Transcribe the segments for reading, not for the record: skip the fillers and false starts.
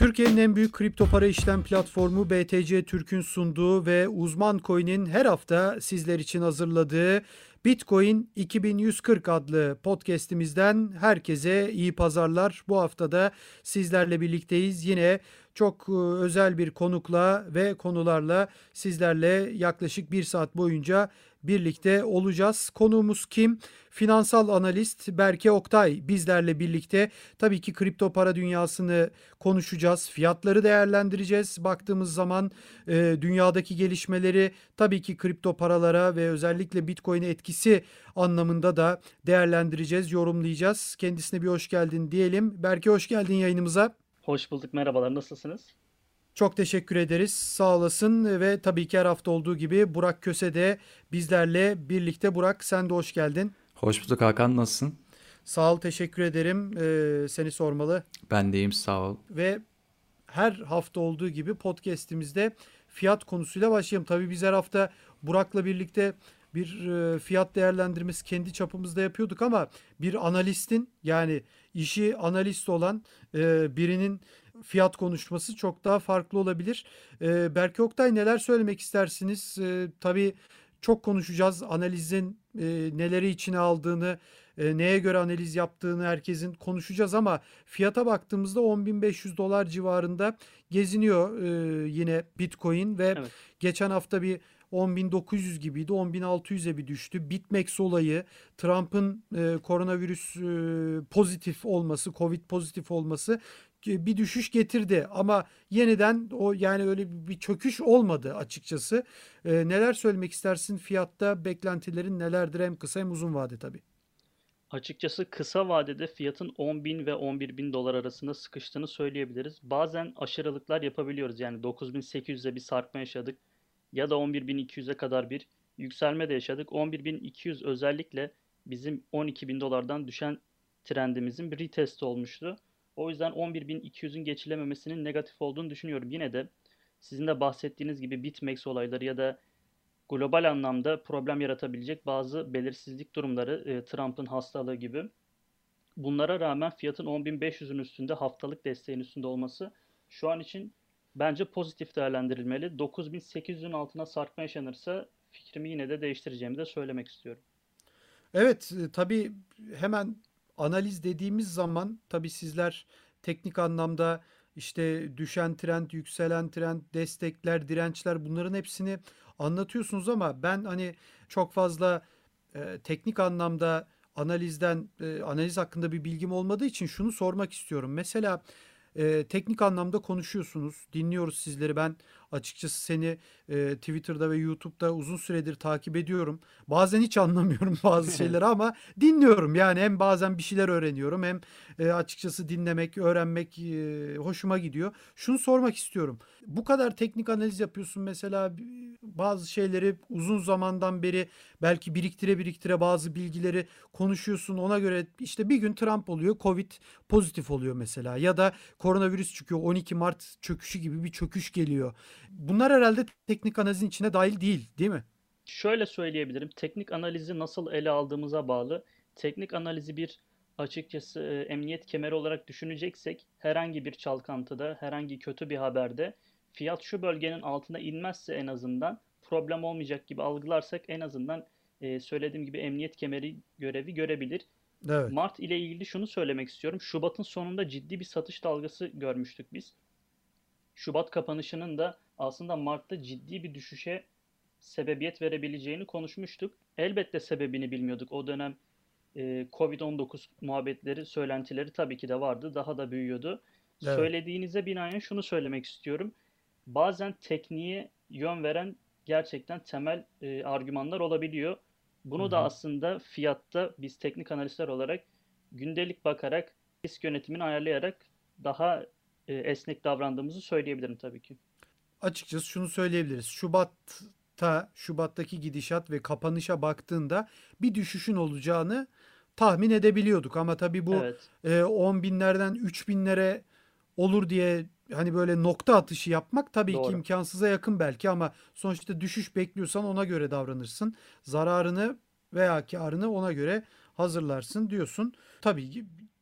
Türkiye'nin en büyük kripto para işlem platformu BTC Türk'ün sunduğu ve Uzman Coin'in her hafta sizler için hazırladığı Bitcoin 2140 adlı podcast'imizden herkese iyi pazarlar. Bu hafta da sizlerle birlikteyiz. Yine çok özel bir konukla ve konularla sizlerle yaklaşık bir saat boyunca birlikte olacağız. Konuğumuz kim? Finansal analist Berke Oktay bizlerle birlikte. Tabii ki kripto para dünyasını konuşacağız. Fiyatları değerlendireceğiz. Baktığımız zaman dünyadaki gelişmeleri tabii ki kripto paralara ve özellikle Bitcoin'e etkisi anlamında da değerlendireceğiz, yorumlayacağız. Kendisine bir hoş geldin diyelim. Berke hoş geldin yayınımıza. Hoş bulduk, merhabalar. Nasılsınız? Çok teşekkür ederiz. Sağ olasın ve tabii ki her hafta olduğu gibi Burak Köse de bizlerle birlikte. Burak sen de hoş geldin. Hoş bulduk Hakan, nasılsın? Sağ ol, teşekkür ederim. Seni sormalı. Ben de iyiyim, sağ ol. Ve her hafta olduğu gibi podcast'imizde fiyat konusuyla başlayalım. Tabii biz her hafta Burak'la birlikte bir fiyat değerlendirmesi kendi çapımızda yapıyorduk ama bir analistin yani işi analist olan birinin fiyat konuşması çok daha farklı olabilir. Berke Oktay neler söylemek istersiniz? Tabii çok konuşacağız analizin neleri içine aldığını, neye göre analiz yaptığını herkesin konuşacağız ama fiyata baktığımızda 10.500 dolar civarında geziniyor yine Bitcoin ve Evet. geçen hafta bir 10.900 gibiydi. 10.600'e bir düştü. BitMEX olayı, Trump'ın koronavirüs pozitif olması, Covid pozitif olması bir düşüş getirdi ama yeniden o yani öyle bir çöküş olmadı açıkçası. Neler söylemek istersin fiyatta beklentilerin nelerdir hem kısa hem uzun vade tabii. Açıkçası kısa vadede fiyatın 10 bin ve 11 bin dolar arasında sıkıştığını söyleyebiliriz. Bazen aşırılıklar yapabiliyoruz. Yani 9.800'e bir sarkma yaşadık ya da 11.200'e kadar bir yükselme de yaşadık. 11.200 özellikle bizim 12 bin dolardan düşen trendimizin bir retesti olmuştu. O yüzden 11.200'ün geçilememesinin negatif olduğunu düşünüyorum. Yine de sizin de bahsettiğiniz gibi BitMEX olayları ya da global anlamda problem yaratabilecek bazı belirsizlik durumları, Trump'ın hastalığı gibi. Bunlara rağmen fiyatın 10.500'ün üstünde, haftalık desteğin üstünde olması şu an için bence pozitif değerlendirilmeli. 9.800'ün altına sarkma yaşanırsa fikrimi yine de değiştireceğimi de söylemek istiyorum. Evet, tabii hemen analiz dediğimiz zaman tabii sizler teknik anlamda işte düşen trend, yükselen trend, destekler, dirençler bunların hepsini anlatıyorsunuz ama ben hani çok fazla teknik anlamda analiz hakkında bir bilgim olmadığı için şunu sormak istiyorum. Mesela teknik anlamda konuşuyorsunuz, dinliyoruz sizleri. Ben açıkçası seni Twitter'da ve YouTube'da uzun süredir takip ediyorum. Bazen hiç anlamıyorum bazı şeyleri ama dinliyorum. Yani hem bazen bir şeyler öğreniyorum hem açıkçası dinlemek, öğrenmek hoşuma gidiyor. Şunu sormak istiyorum. Bu kadar teknik analiz yapıyorsun mesela bazı şeyleri uzun zamandan beri belki biriktire biriktire bazı bilgileri konuşuyorsun. Ona göre işte bir gün Trump oluyor, Covid pozitif oluyor mesela ya da koronavirüs çıkıyor, 12 Mart çöküşü gibi bir çöküş geliyor. Bunlar herhalde teknik analizin içine dahil değil, değil mi? Şöyle söyleyebilirim, teknik analizi nasıl ele aldığımıza bağlı. Teknik analizi bir açıkçası emniyet kemeri olarak düşüneceksek herhangi bir çalkantıda, herhangi kötü bir haberde fiyat şu bölgenin altına inmezse en azından problem olmayacak gibi algılarsak en azından söylediğim gibi emniyet kemeri görevi görebilir. Evet. Mart ile ilgili şunu söylemek istiyorum. Şubat'ın sonunda ciddi bir satış dalgası görmüştük biz. Şubat kapanışının da aslında Mart'ta ciddi bir düşüşe sebebiyet verebileceğini konuşmuştuk. Elbette sebebini bilmiyorduk. O dönem Covid-19 muhabbetleri, söylentileri tabii ki de vardı. Daha da büyüyordu. Evet. Söylediğinize binaen şunu söylemek istiyorum. Bazen tekniğe yön veren gerçekten temel argümanlar olabiliyor. Hı Bunu da hı. aslında fiyatta biz teknik analistler olarak gündelik bakarak, risk yönetimini ayarlayarak daha esnek davrandığımızı söyleyebilirim tabii ki. Açıkçası şunu söyleyebiliriz. Şubat'taki gidişat ve kapanışa baktığında bir düşüşün olacağını tahmin edebiliyorduk. Ama tabii bu Evet, 10 binlerden 3 binlere olur diye hani böyle nokta atışı yapmak tabii ki doğru. imkansıza yakın belki ama sonuçta düşüş bekliyorsan ona göre davranırsın. Zararını veya kârını ona göre hazırlarsın diyorsun. Tabii ki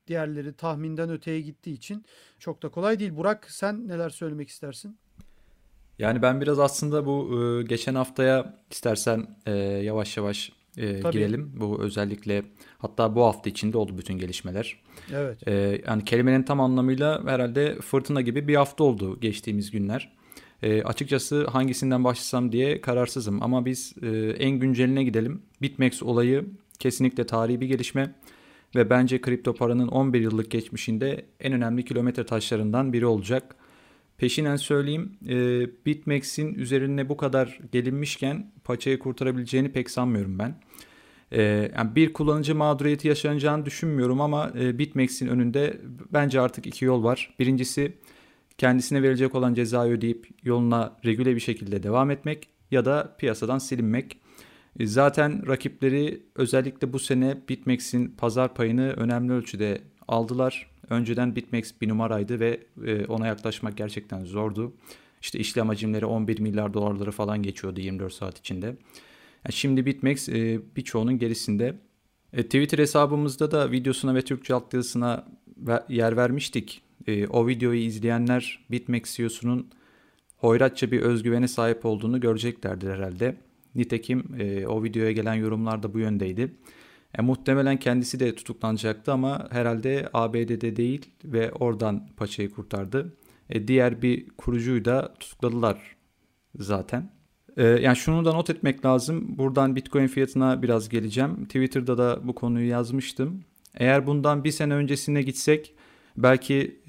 diğerleri tahminden öteye gittiği için çok da kolay değil. Burak, sen neler söylemek istersin? Yani ben biraz aslında bu geçen haftaya istersen yavaş yavaş Tabii. girelim. Bu özellikle hatta bu hafta içinde oldu bütün gelişmeler. Evet. Yani kelimenin tam anlamıyla herhalde fırtına gibi bir hafta oldu geçtiğimiz günler. Açıkçası hangisinden başlasam diye kararsızım ama biz en günceline gidelim. BitMEX olayı kesinlikle tarihi bir gelişme ve bence kripto paranın 11 yıllık geçmişinde en önemli kilometre taşlarından biri olacak. Peşinen söyleyeyim, BitMEX'in üzerine bu kadar gelinmişken paçayı kurtarabileceğini pek sanmıyorum ben. Yani bir kullanıcı mağduriyeti yaşanacağını düşünmüyorum ama BitMEX'in önünde bence artık iki yol var. Birincisi kendisine verilecek olan cezayı ödeyip yoluna regüle bir şekilde devam etmek ya da piyasadan silinmek. Zaten rakipleri özellikle bu sene BitMEX'in pazar payını önemli ölçüde aldılar. Önceden BitMEX bir numaraydı ve ona yaklaşmak gerçekten zordu. İşte işlem hacimleri 11 milyar dolarları falan geçiyordu 24 saat içinde. Yani şimdi BitMEX birçoğunun gerisinde. Twitter hesabımızda da videosuna ve Türkçe altyazısına yer vermiştik. O videoyu izleyenler BitMEX CEO'sunun hoyratça bir özgüvene sahip olduğunu göreceklerdir herhalde. Nitekim o videoya gelen yorumlar da bu yöndeydi. Muhtemelen kendisi de tutuklanacaktı ama herhalde ABD'de değil ve oradan paçayı kurtardı. Diğer bir kurucuyu da tutukladılar zaten. Yani şunu da not etmek lazım. Buradan Bitcoin fiyatına biraz geleceğim. Twitter'da da bu konuyu yazmıştım. Eğer bundan bir sene öncesine gitsek belki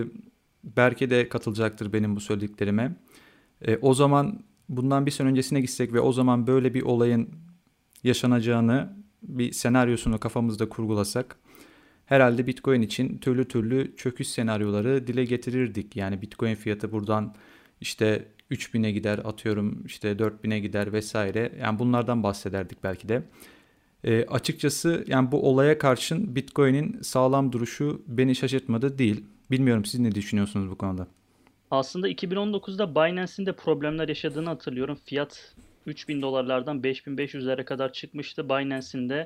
Berke de katılacaktır benim bu söylediklerime. O zaman bundan bir sene öncesine gitsek ve o zaman böyle bir olayın yaşanacağını bir senaryosunu kafamızda kurgulasak herhalde Bitcoin için türlü türlü çöküş senaryoları dile getirirdik. Yani Bitcoin fiyatı buradan işte 3000'e gider, atıyorum işte 4000'e gider vesaire. Yani bunlardan bahsederdik belki de. Açıkçası yani bu olaya karşın Bitcoin'in sağlam duruşu beni şaşırtmadı değil. Bilmiyorum, siz ne düşünüyorsunuz bu konuda? Aslında 2019'da Binance'in de problemler yaşadığını hatırlıyorum. Fiyat 3000 dolarlardan 5500'lere kadar çıkmıştı. Binance'in de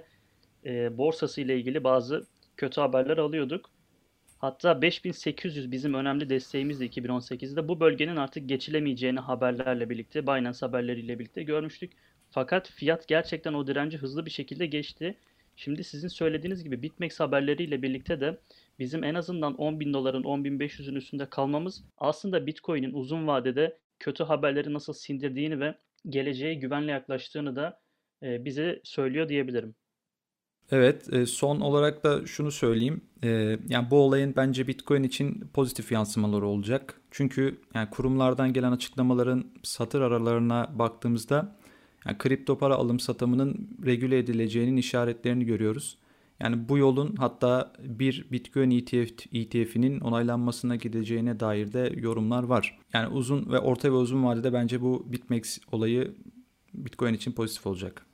borsası ile ilgili bazı kötü haberler alıyorduk. Hatta 5800 bizim önemli desteğimizdi 2018'de. Bu bölgenin artık geçilemeyeceğini haberlerle birlikte, Binance haberleriyle birlikte görmüştük. Fakat fiyat gerçekten o direnci hızlı bir şekilde geçti. Şimdi sizin söylediğiniz gibi BitMEX haberleriyle birlikte de bizim en azından 10 bin doların 10.500'ün üstünde kalmamız aslında Bitcoin'in uzun vadede kötü haberleri nasıl sindirdiğini ve geleceğe güvenle yaklaştığını da bize söylüyor diyebilirim. Evet, son olarak da şunu söyleyeyim. Yani bu olayın bence Bitcoin için pozitif yansımaları olacak. Çünkü yani kurumlardan gelen açıklamaların satır aralarına baktığımızda yani kripto para alım satımının regüle edileceğinin işaretlerini görüyoruz. Yani bu yolun hatta bir Bitcoin ETF'inin onaylanmasına gideceğine dair de yorumlar var. Yani uzun ve orta ve uzun vadede bence bu BitMEX olayı Bitcoin için pozitif olacak.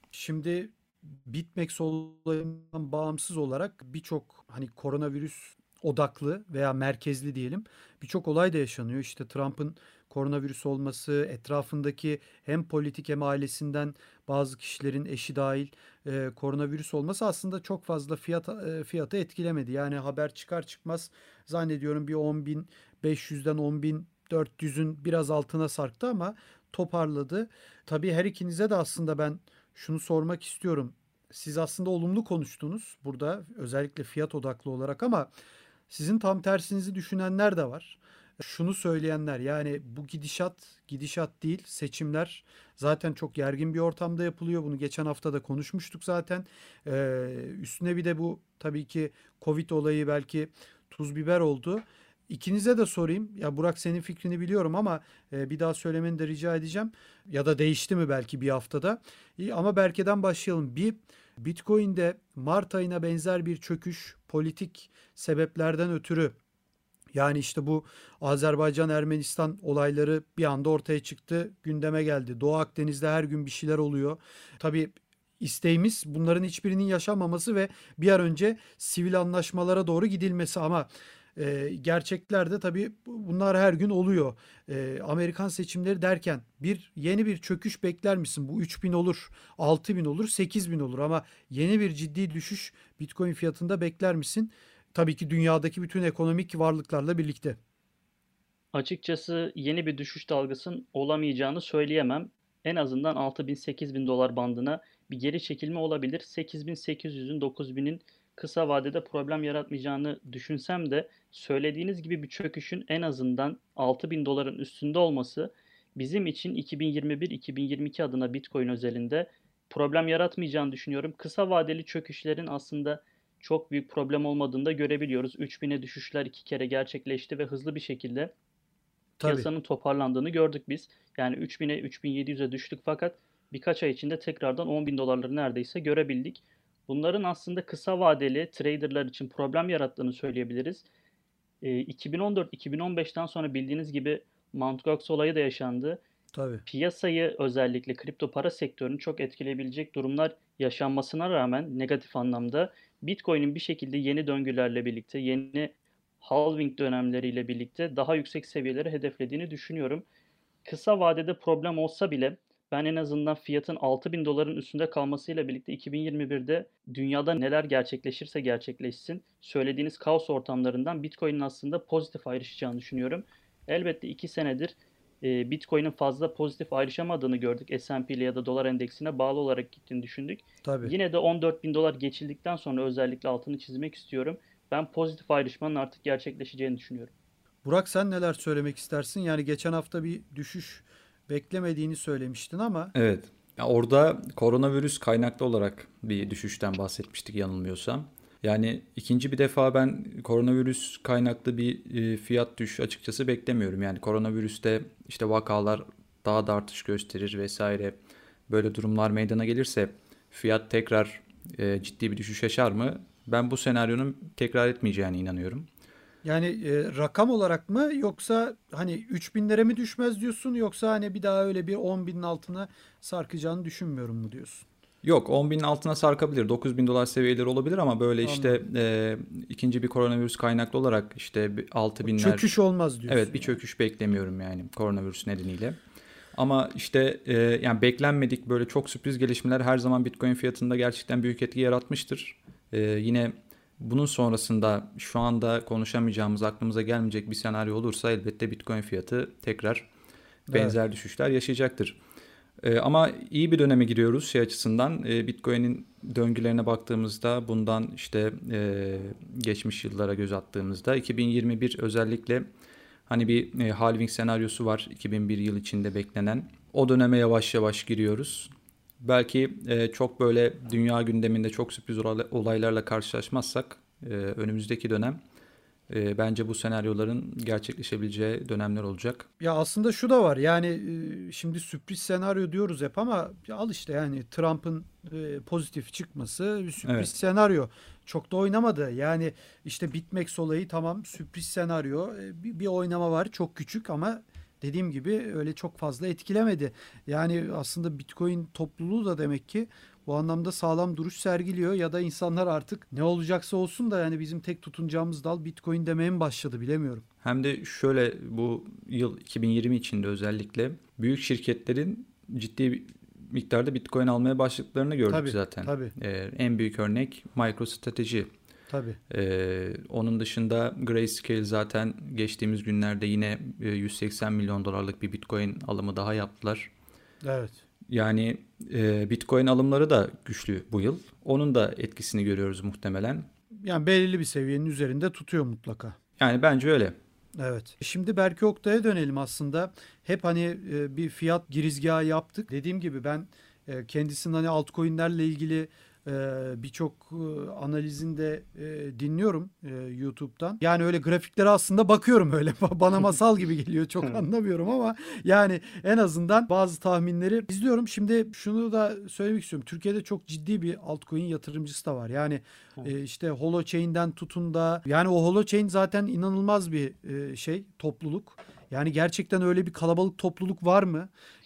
Şimdi BitMEX olayından bağımsız olarak birçok hani koronavirüs odaklı veya merkezli diyelim birçok olay da yaşanıyor. İşte Trump'ın koronavirüs olması, etrafındaki hem politik hem ailesinden bazı kişilerin eşi dahil koronavirüs olması aslında çok fazla fiyatı etkilemedi. Yani haber çıkar çıkmaz zannediyorum bir 10.500'den 10.400'ün biraz altına sarktı ama toparladı. Tabii her ikinize de aslında ben şunu sormak istiyorum. Siz aslında olumlu konuştunuz burada özellikle fiyat odaklı olarak ama sizin tam tersinizi düşünenler de var. Şunu söyleyenler yani bu gidişat değil seçimler zaten çok gergin bir ortamda yapılıyor. Bunu geçen hafta da konuşmuştuk zaten. Üstüne bir de bu tabii ki Covid olayı belki tuz biber oldu. İkinize de sorayım. Ya Burak senin fikrini biliyorum ama bir daha söylemeni de rica edeceğim. Ya da değişti mi belki bir haftada. İyi, ama Berke'den başlayalım. Bir Bitcoin'de Mart ayına benzer bir çöküş politik sebeplerden ötürü yani işte bu Azerbaycan-Ermenistan olayları bir anda ortaya çıktı, gündeme geldi. Doğu Akdeniz'de her gün bir şeyler oluyor. Tabii isteğimiz bunların hiçbirinin yaşanmaması ve bir an önce sivil anlaşmalara doğru gidilmesi ama gerçeklerde tabii bunlar her gün oluyor. Amerikan seçimleri derken yeni bir çöküş bekler misin? Bu 3.000 olur, 6.000 olur, 8.000 olur ama yeni bir ciddi düşüş Bitcoin fiyatında bekler misin? Tabii ki dünyadaki bütün ekonomik varlıklarla birlikte. Açıkçası yeni bir düşüş dalgasının olamayacağını söyleyemem. En azından 6.000-8.000 dolar bandına bir geri çekilme olabilir. 8.800'ün 9.000'in kısa vadede problem yaratmayacağını düşünsem de söylediğiniz gibi bir çöküşün en azından 6.000 doların üstünde olması bizim için 2021-2022 adına Bitcoin özelinde problem yaratmayacağını düşünüyorum. Kısa vadeli çöküşlerin aslında çok büyük problem olmadığını da görebiliyoruz. 3.000'e düşüşler 2 kere gerçekleşti ve hızlı bir şekilde Tabii. piyasanın toparlandığını gördük biz. Yani 3.000'e 3.700'e düştük fakat birkaç ay içinde tekrardan 10.000 dolarları neredeyse görebildik. Bunların aslında kısa vadeli traderlar için problem yarattığını söyleyebiliriz. 2014-2015'ten sonra bildiğiniz gibi Mt. Gox olayı da yaşandı. Tabii. Piyasayı özellikle kripto para sektörünü çok etkileyebilecek durumlar yaşanmasına rağmen negatif anlamda Bitcoin'in bir şekilde yeni döngülerle birlikte, yeni halving dönemleriyle birlikte daha yüksek seviyeleri hedeflediğini düşünüyorum. Kısa vadede problem olsa bile ben en azından fiyatın 6.000 doların üstünde kalmasıyla birlikte 2021'de dünyada neler gerçekleşirse gerçekleşsin söylediğiniz kaos ortamlarından Bitcoin'in aslında pozitif ayrışacağını düşünüyorum. Elbette 2 senedir Bitcoin'in fazla pozitif ayrışamadığını gördük. S&P ile ya da dolar endeksine bağlı olarak gittiğini düşündük. Tabii. Yine de 14.000 dolar geçildikten sonra özellikle altını çizmek istiyorum. Ben pozitif ayrışmanın artık gerçekleşeceğini düşünüyorum. Burak, sen neler söylemek istersin? Yani geçen hafta bir düşüş beklemediğini söylemiştin ama Evet. Ya orada koronavirüs kaynaklı olarak bir düşüşten bahsetmiştik yanılmıyorsam. Yani ikinci bir defa ben koronavirüs kaynaklı bir fiyat düşüşü açıkçası beklemiyorum. Yani koronavirüste işte vakalar daha da artış gösterir vesaire. Böyle durumlar meydana gelirse fiyat tekrar ciddi bir düşüş yaşar mı? Ben bu senaryonun tekrar etmeyeceğine inanıyorum. yani rakam olarak mı, yoksa hani 3.000'lere mi düşmez diyorsun, yoksa hani bir daha öyle bir 10.000'in altına sarkacağını düşünmüyorum mu diyorsun? Yok, 10 binin altına sarkabilir. 9 bin dolar seviyeleri olabilir ama böyle işte Anladım. ikinci bir koronavirüs kaynaklı olarak işte 6 binler. Çöküş olmaz Evet, diyorsun bir yani. çöküş beklemiyorum yani koronavirüs nedeniyle. Ama işte yani beklenmedik böyle çok sürpriz gelişmeler her zaman Bitcoin fiyatında gerçekten büyük etki yaratmıştır. Yine bunun sonrasında şu anda konuşamayacağımız, aklımıza gelmeyecek bir senaryo olursa elbette Bitcoin fiyatı tekrar Evet. benzer düşüşler yaşayacaktır. Ama iyi bir döneme giriyoruz şey açısından. Bitcoin'in döngülerine baktığımızda bundan işte geçmiş yıllara göz attığımızda 2021 özellikle hani bir halving senaryosu var 2001 yıl içinde beklenen. O döneme yavaş yavaş giriyoruz. Belki çok böyle dünya gündeminde çok sürpriz olaylarla karşılaşmazsak önümüzdeki dönem bence bu senaryoların gerçekleşebileceği dönemler olacak. Ya aslında şu da var yani, şimdi sürpriz senaryo diyoruz hep ama ya al işte, yani Trump'ın pozitif çıkması bir sürpriz Evet. senaryo. Çok da oynamadı. Yani işte BitMEX olayı, tamam, sürpriz senaryo. Bir oynama var, çok küçük ama dediğim gibi öyle çok fazla etkilemedi. Yani aslında Bitcoin topluluğu da demek ki bu anlamda sağlam duruş sergiliyor, ya da insanlar artık ne olacaksa olsun da yani bizim tek tutunacağımız dal Bitcoin demeye mi başladı, bilemiyorum. Hem de şöyle bu yıl 2020 içinde özellikle büyük şirketlerin ciddi bir miktarda Bitcoin almaya başladıklarını gördük Tabii, zaten. tabii, En büyük örnek MicroStrategy. tabii. Onun dışında Grayscale zaten geçtiğimiz günlerde yine 180 milyon dolarlık bir Bitcoin alımı daha yaptılar. Evet. Yani Bitcoin alımları da güçlü bu yıl. Onun da etkisini görüyoruz muhtemelen. Yani belirli bir seviyenin üzerinde tutuyor mutlaka. Yani bence öyle. Evet. Şimdi Berke Oktay'a dönelim aslında. Hep hani bir fiyat girizgahı yaptık. Dediğim gibi ben kendisinin hani altcoin'lerle ilgili birçok analizini de dinliyorum YouTube'dan. Yani öyle grafiklere aslında bakıyorum öyle. Bana masal gibi geliyor. Çok anlamıyorum ama yani en azından bazı tahminleri izliyorum. Şimdi şunu da söylemek istiyorum. Türkiye'de çok ciddi bir altcoin yatırımcısı da var. Yani işte Holochain'den tutun da, yani o Holochain zaten inanılmaz bir topluluk. Yani gerçekten öyle bir kalabalık topluluk var mı?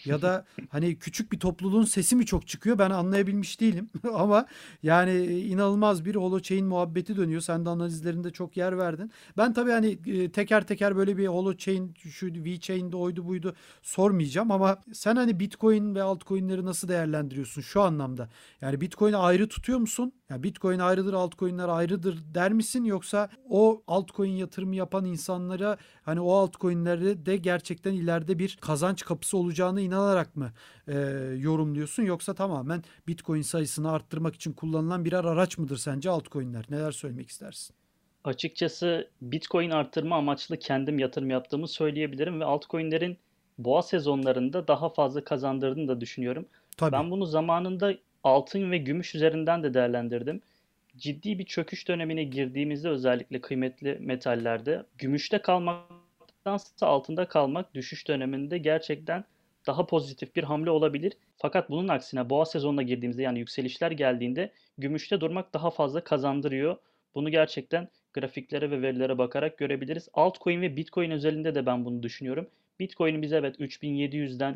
ya da hani küçük bir topluluğun sesi mi çok çıkıyor, ben anlayabilmiş değilim. Ama yani inanılmaz bir holochain muhabbeti dönüyor. Sen de analizlerinde çok yer verdin. Ben tabii hani teker teker böyle bir holochain, şu VeChain'de oydu buydu sormayacağım ama sen hani Bitcoin ve altcoin'leri nasıl değerlendiriyorsun şu anlamda? Yani Bitcoin'i ayrı tutuyor musun? Yani Bitcoin ayrıdır, altcoin'ler ayrıdır der misin? Yoksa o altcoin yatırımı yapan insanlara hani o altcoin'lerde de gerçekten ileride bir kazanç kapısı olacağına inanarak mı e, yorumluyorsun? Yoksa tamamen Bitcoin sayısını arttırmak için kullanılan birer araç mıdır sence altcoin'ler? Neler söylemek istersin? Açıkçası Bitcoin artırma amaçlı kendim yatırım yaptığımı söyleyebilirim ve altcoin'lerin boğa sezonlarında daha fazla kazandırdığını da düşünüyorum. Tabii. Ben bunu zamanında altın ve gümüş üzerinden de değerlendirdim. Ciddi bir çöküş dönemine girdiğimizde özellikle kıymetli metallerde gümüşte kalmaktansa altında kalmak düşüş döneminde gerçekten daha pozitif bir hamle olabilir. Fakat bunun aksine boğa sezonuna girdiğimizde yani yükselişler geldiğinde gümüşte durmak daha fazla kazandırıyor. Bunu gerçekten grafiklere ve verilere bakarak görebiliriz. Altcoin ve Bitcoin özelinde de ben bunu düşünüyorum. Bitcoin'in biz evet 3700'den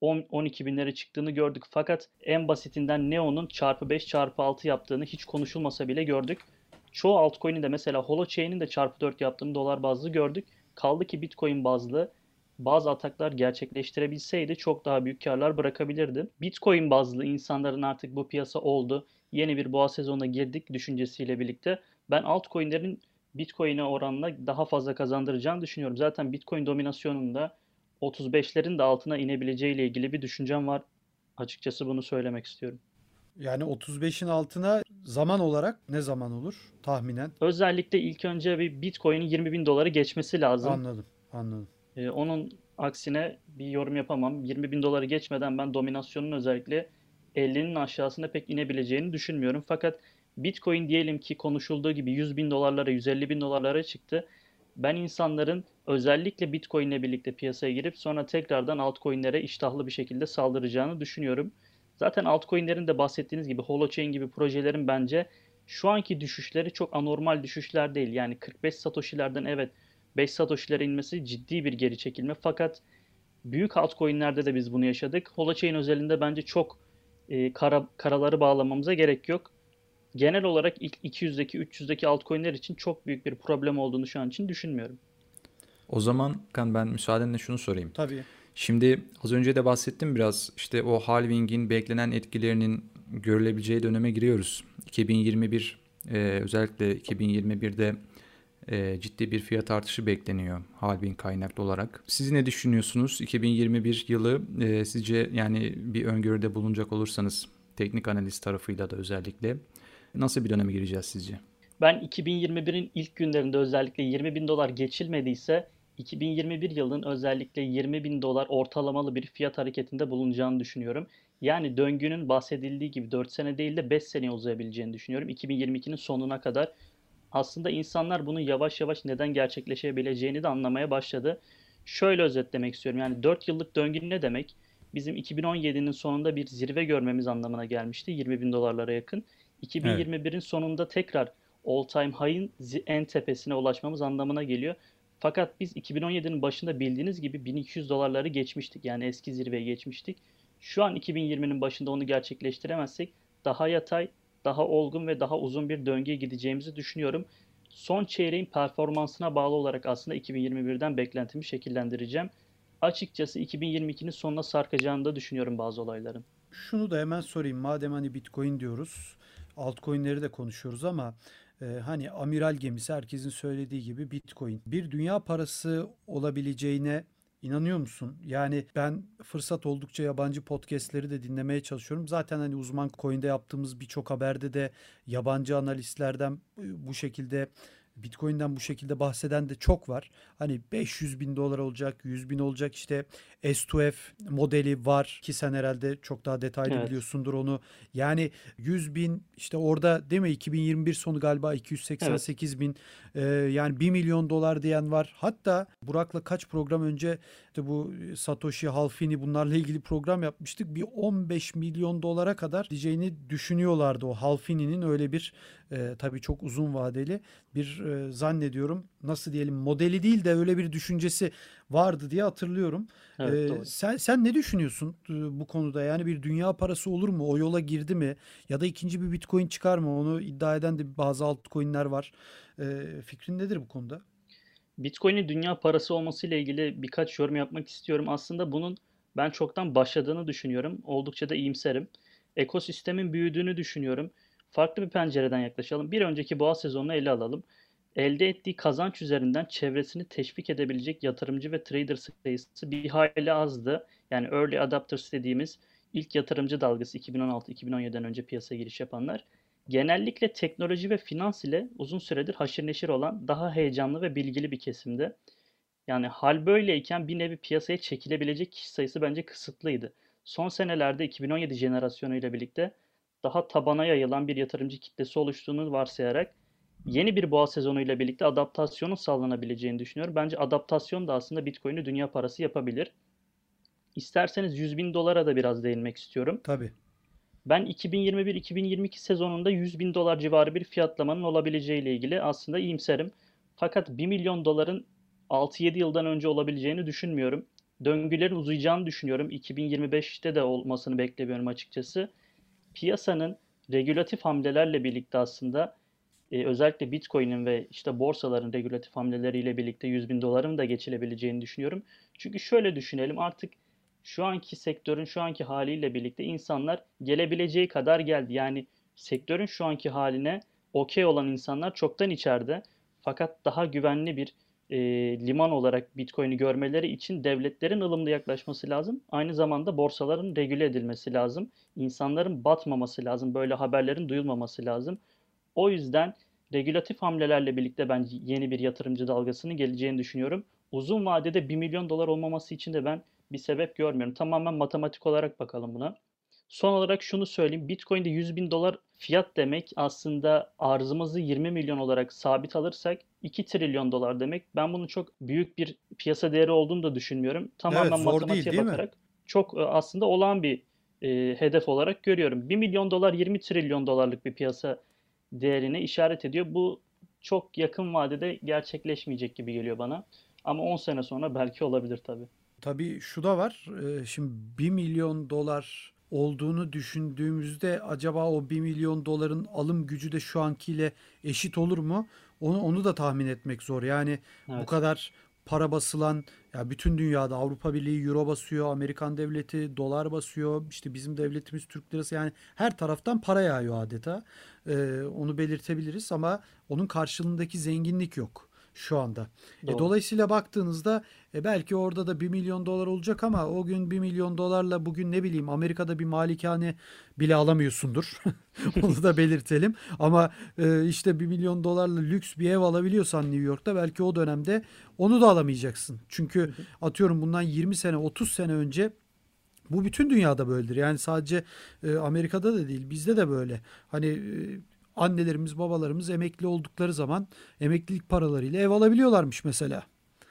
12 binlere çıktığını gördük. Fakat en basitinden Neo'nun çarpı 5 çarpı 6 yaptığını hiç konuşulmasa bile gördük. Çoğu altcoin'in de mesela Holochain'in de çarpı 4 yaptığını dolar bazlı gördük. Kaldı ki Bitcoin bazlı bazı ataklar gerçekleştirebilseydi çok daha büyük karlar bırakabilirdi. Bitcoin bazlı insanların artık bu piyasa oldu, yeni bir boğa sezonuna girdik düşüncesiyle birlikte ben altcoin'lerin Bitcoin'e oranla daha fazla kazandıracağını düşünüyorum. Zaten Bitcoin dominasyonunda 35'lerin de altına inebileceği ile ilgili bir düşüncem var. Açıkçası bunu söylemek istiyorum. Yani 35'in altına zaman olarak ne zaman olur tahminen? Özellikle ilk önce bir Bitcoin'in 20 bin doları geçmesi lazım. Anladım, anladım. Onun aksine bir yorum yapamam. 20 bin doları geçmeden ben dominasyonun özellikle 50'nin aşağısına pek inebileceğini düşünmüyorum. Fakat Bitcoin diyelim ki konuşulduğu gibi 100 bin dolarlara, 150 bin dolarlara çıktı. Ben insanların özellikle Bitcoin ile birlikte piyasaya girip sonra tekrardan altcoin'lere iştahlı bir şekilde saldıracağını düşünüyorum. Zaten altcoin'lerin de bahsettiğiniz gibi Holochain gibi projelerin bence şu anki düşüşleri çok anormal düşüşler değil. Yani 45 Satoshi'lerden evet 5 Satoshi'lere inmesi ciddi bir geri çekilme. Fakat büyük altcoin'lerde de biz bunu yaşadık. Holochain özelinde bence çok karaları bağlamamıza gerek yok. Genel olarak ilk 200'deki 300'deki altcoin'ler için çok büyük bir problem olduğunu şu an için düşünmüyorum. O zaman Kan, ben müsaadenle şunu sorayım. Tabii. Şimdi az önce de bahsettim biraz, işte o halvingin beklenen etkilerinin görülebileceği döneme giriyoruz. 2021 özellikle 2021'de ciddi bir fiyat artışı bekleniyor halving kaynaklı olarak. Siz ne düşünüyorsunuz? 2021 yılı sizce, yani bir öngörüde bulunacak olursanız teknik analiz tarafıyla da özellikle nasıl bir döneme gireceğiz sizce? Ben 2021'in ilk günlerinde özellikle 20 bin dolar geçilmediyse 2021 yılının özellikle 20 bin dolar ortalamalı bir fiyat hareketinde bulunacağını düşünüyorum. Yani döngünün bahsedildiği gibi 4 sene değil de 5 seneye uzayabileceğini düşünüyorum. 2022'nin sonuna kadar aslında insanlar bunun yavaş yavaş neden gerçekleşebileceğini de anlamaya başladı. Şöyle özetlemek istiyorum. Yani 4 yıllık döngü ne demek? Bizim 2017'nin sonunda bir zirve görmemiz anlamına gelmişti. 20 bin dolarlara yakın. Evet. 2021'in sonunda tekrar all time high'ın en tepesine ulaşmamız anlamına geliyor. Fakat biz 2017'nin başında bildiğiniz gibi 1200 dolarları geçmiştik. Yani eski zirveyi geçmiştik. Şu an 2020'nin başında onu gerçekleştiremezsek daha yatay, daha olgun ve daha uzun bir döngüye gideceğimizi düşünüyorum. Son çeyreğin performansına bağlı olarak aslında 2021'den beklentimi şekillendireceğim. Açıkçası 2022'nin sonuna sarkacağını da düşünüyorum bazı olayların. Şunu da hemen sorayım. Madem hani Bitcoin diyoruz, altcoin'leri de konuşuyoruz ama hani amiral gemisi herkesin söylediği gibi Bitcoin. Bir dünya parası olabileceğine inanıyor musun? Yani ben fırsat oldukça yabancı podcast'leri de dinlemeye çalışıyorum. Zaten hani uzman coin'de yaptığımız birçok haberde de yabancı analistlerden bu şekilde Bitcoin'den bu şekilde bahseden de çok var. Hani 500 bin dolar olacak, 100 bin olacak, işte S2F modeli var ki sen herhalde çok daha detaylı Evet, biliyorsundur onu. Yani 100 bin işte orada değil mi, 2021 sonu galiba evet. 288 bin, yani 1 milyon dolar diyen var. Hatta Burak'la kaç program önce işte bu Satoshi Halfini bunlarla ilgili program yapmıştık. Bir 15 milyon dolara kadar gideceğini düşünüyorlardı o Halfini'nin, öyle bir tabii çok uzun vadeli bir zannediyorum. Nasıl diyelim, modeli değil de öyle bir düşüncesi vardı diye hatırlıyorum. Evet, doğru. Sen ne düşünüyorsun bu konuda? Yani bir dünya parası olur mu? O yola girdi mi? Ya da ikinci bir Bitcoin çıkar mı? Onu iddia eden de bazı altcoin'ler var. Fikrin nedir bu konuda? Bitcoin'in dünya parası olmasıyla ilgili birkaç yorum yapmak istiyorum. Aslında bunun ben çoktan başladığını düşünüyorum. Oldukça da iyimserim. Ekosistemin büyüdüğünü düşünüyorum. Farklı bir pencereden yaklaşalım. Bir önceki boğa sezonunu ele alalım. Elde ettiği kazanç üzerinden çevresini teşvik edebilecek yatırımcı ve trader sayısı bir hayli azdı. Yani early adopters dediğimiz ilk yatırımcı dalgası 2016-2017'den önce piyasaya giriş yapanlar genellikle teknoloji ve finans ile uzun süredir haşır neşir olan daha heyecanlı ve bilgili bir kesimdi. Yani hal böyleyken bir nevi piyasaya çekilebilecek kişi sayısı bence kısıtlıydı. Son senelerde 2017 jenerasyonu ile birlikte daha tabana yayılan bir yatırımcı kitlesi oluştuğunu varsayarak yeni bir boğa sezonu ile birlikte adaptasyonun sağlanabileceğini düşünüyorum. Bence adaptasyon da aslında Bitcoin'i dünya parası yapabilir. İsterseniz 100 bin dolara da biraz değinmek istiyorum. Tabii. Ben 2021-2022 sezonunda 100 bin dolar civarı bir fiyatlamanın olabileceği ile ilgili aslında iyimserim. Fakat 1 milyon doların 6-7 yıldan önce olabileceğini düşünmüyorum. Döngülerin uzayacağını düşünüyorum. 2025'te de olmasını beklemiyorum açıkçası. Piyasanın regülatif hamlelerle birlikte aslında özellikle Bitcoin'in ve işte borsaların regülatif hamleleriyle birlikte 100 bin doların da geçilebileceğini düşünüyorum. Çünkü şöyle düşünelim, artık şu anki sektörün şu anki haliyle birlikte insanlar gelebileceği kadar geldi. Yani sektörün şu anki haline okey olan insanlar çoktan içeride. Fakat daha güvenli bir e, liman olarak Bitcoin'i görmeleri için devletlerin ılımlı yaklaşması lazım. Aynı zamanda borsaların regüle edilmesi lazım. İnsanların batmaması lazım. Böyle haberlerin duyulmaması lazım. O yüzden regülatif hamlelerle birlikte ben yeni bir yatırımcı dalgasının geleceğini düşünüyorum. Uzun vadede 1 milyon dolar olmaması için de ben bir sebep görmüyorum. Tamamen matematik olarak bakalım buna. Son olarak şunu söyleyeyim. Bitcoin'de 100 bin dolar fiyat demek aslında arzımızı 20 milyon olarak sabit alırsak 2 trilyon dolar demek. Ben bunun çok büyük bir piyasa değeri olduğunu da düşünmüyorum. Evet, Tamamen zor değil, matematiğe değil mi? bakarak çok aslında olağan bir hedef olarak görüyorum. 1 milyon dolar 20 trilyon dolarlık bir piyasa değerine işaret ediyor. Bu çok yakın vadede gerçekleşmeyecek gibi geliyor bana. Ama 10 sene sonra belki olabilir tabii. Tabii şu da var. Şimdi 1 milyon dolar olduğunu düşündüğümüzde acaba o 1 milyon doların alım gücü de şu ankiyle eşit olur mu? Onu da tahmin etmek zor. Yani bu Evet, kadar para basılan, ya bütün dünyada Avrupa Birliği euro basıyor, Amerikan devleti dolar basıyor, işte bizim devletimiz Türk lirası, yani her taraftan para yağıyor adeta. Onu belirtebiliriz ama onun karşılığındaki zenginlik yok şu anda. doğru. Dolayısıyla baktığınızda belki orada da 1 milyon dolar olacak ama o gün 1 milyon dolarla bugün ne bileyim Amerika'da bir malikane bile alamıyorsundur. Onu da belirtelim. Ama işte 1 milyon dolarla lüks bir ev alabiliyorsan New York'ta belki o dönemde onu da alamayacaksın. Çünkü atıyorum bundan 20 sene 30 sene önce bu bütün dünyada böyledir. Yani sadece Amerika'da da değil, bizde de böyle. Hani annelerimiz, babalarımız emekli oldukları zaman emeklilik paralarıyla ev alabiliyorlarmış mesela.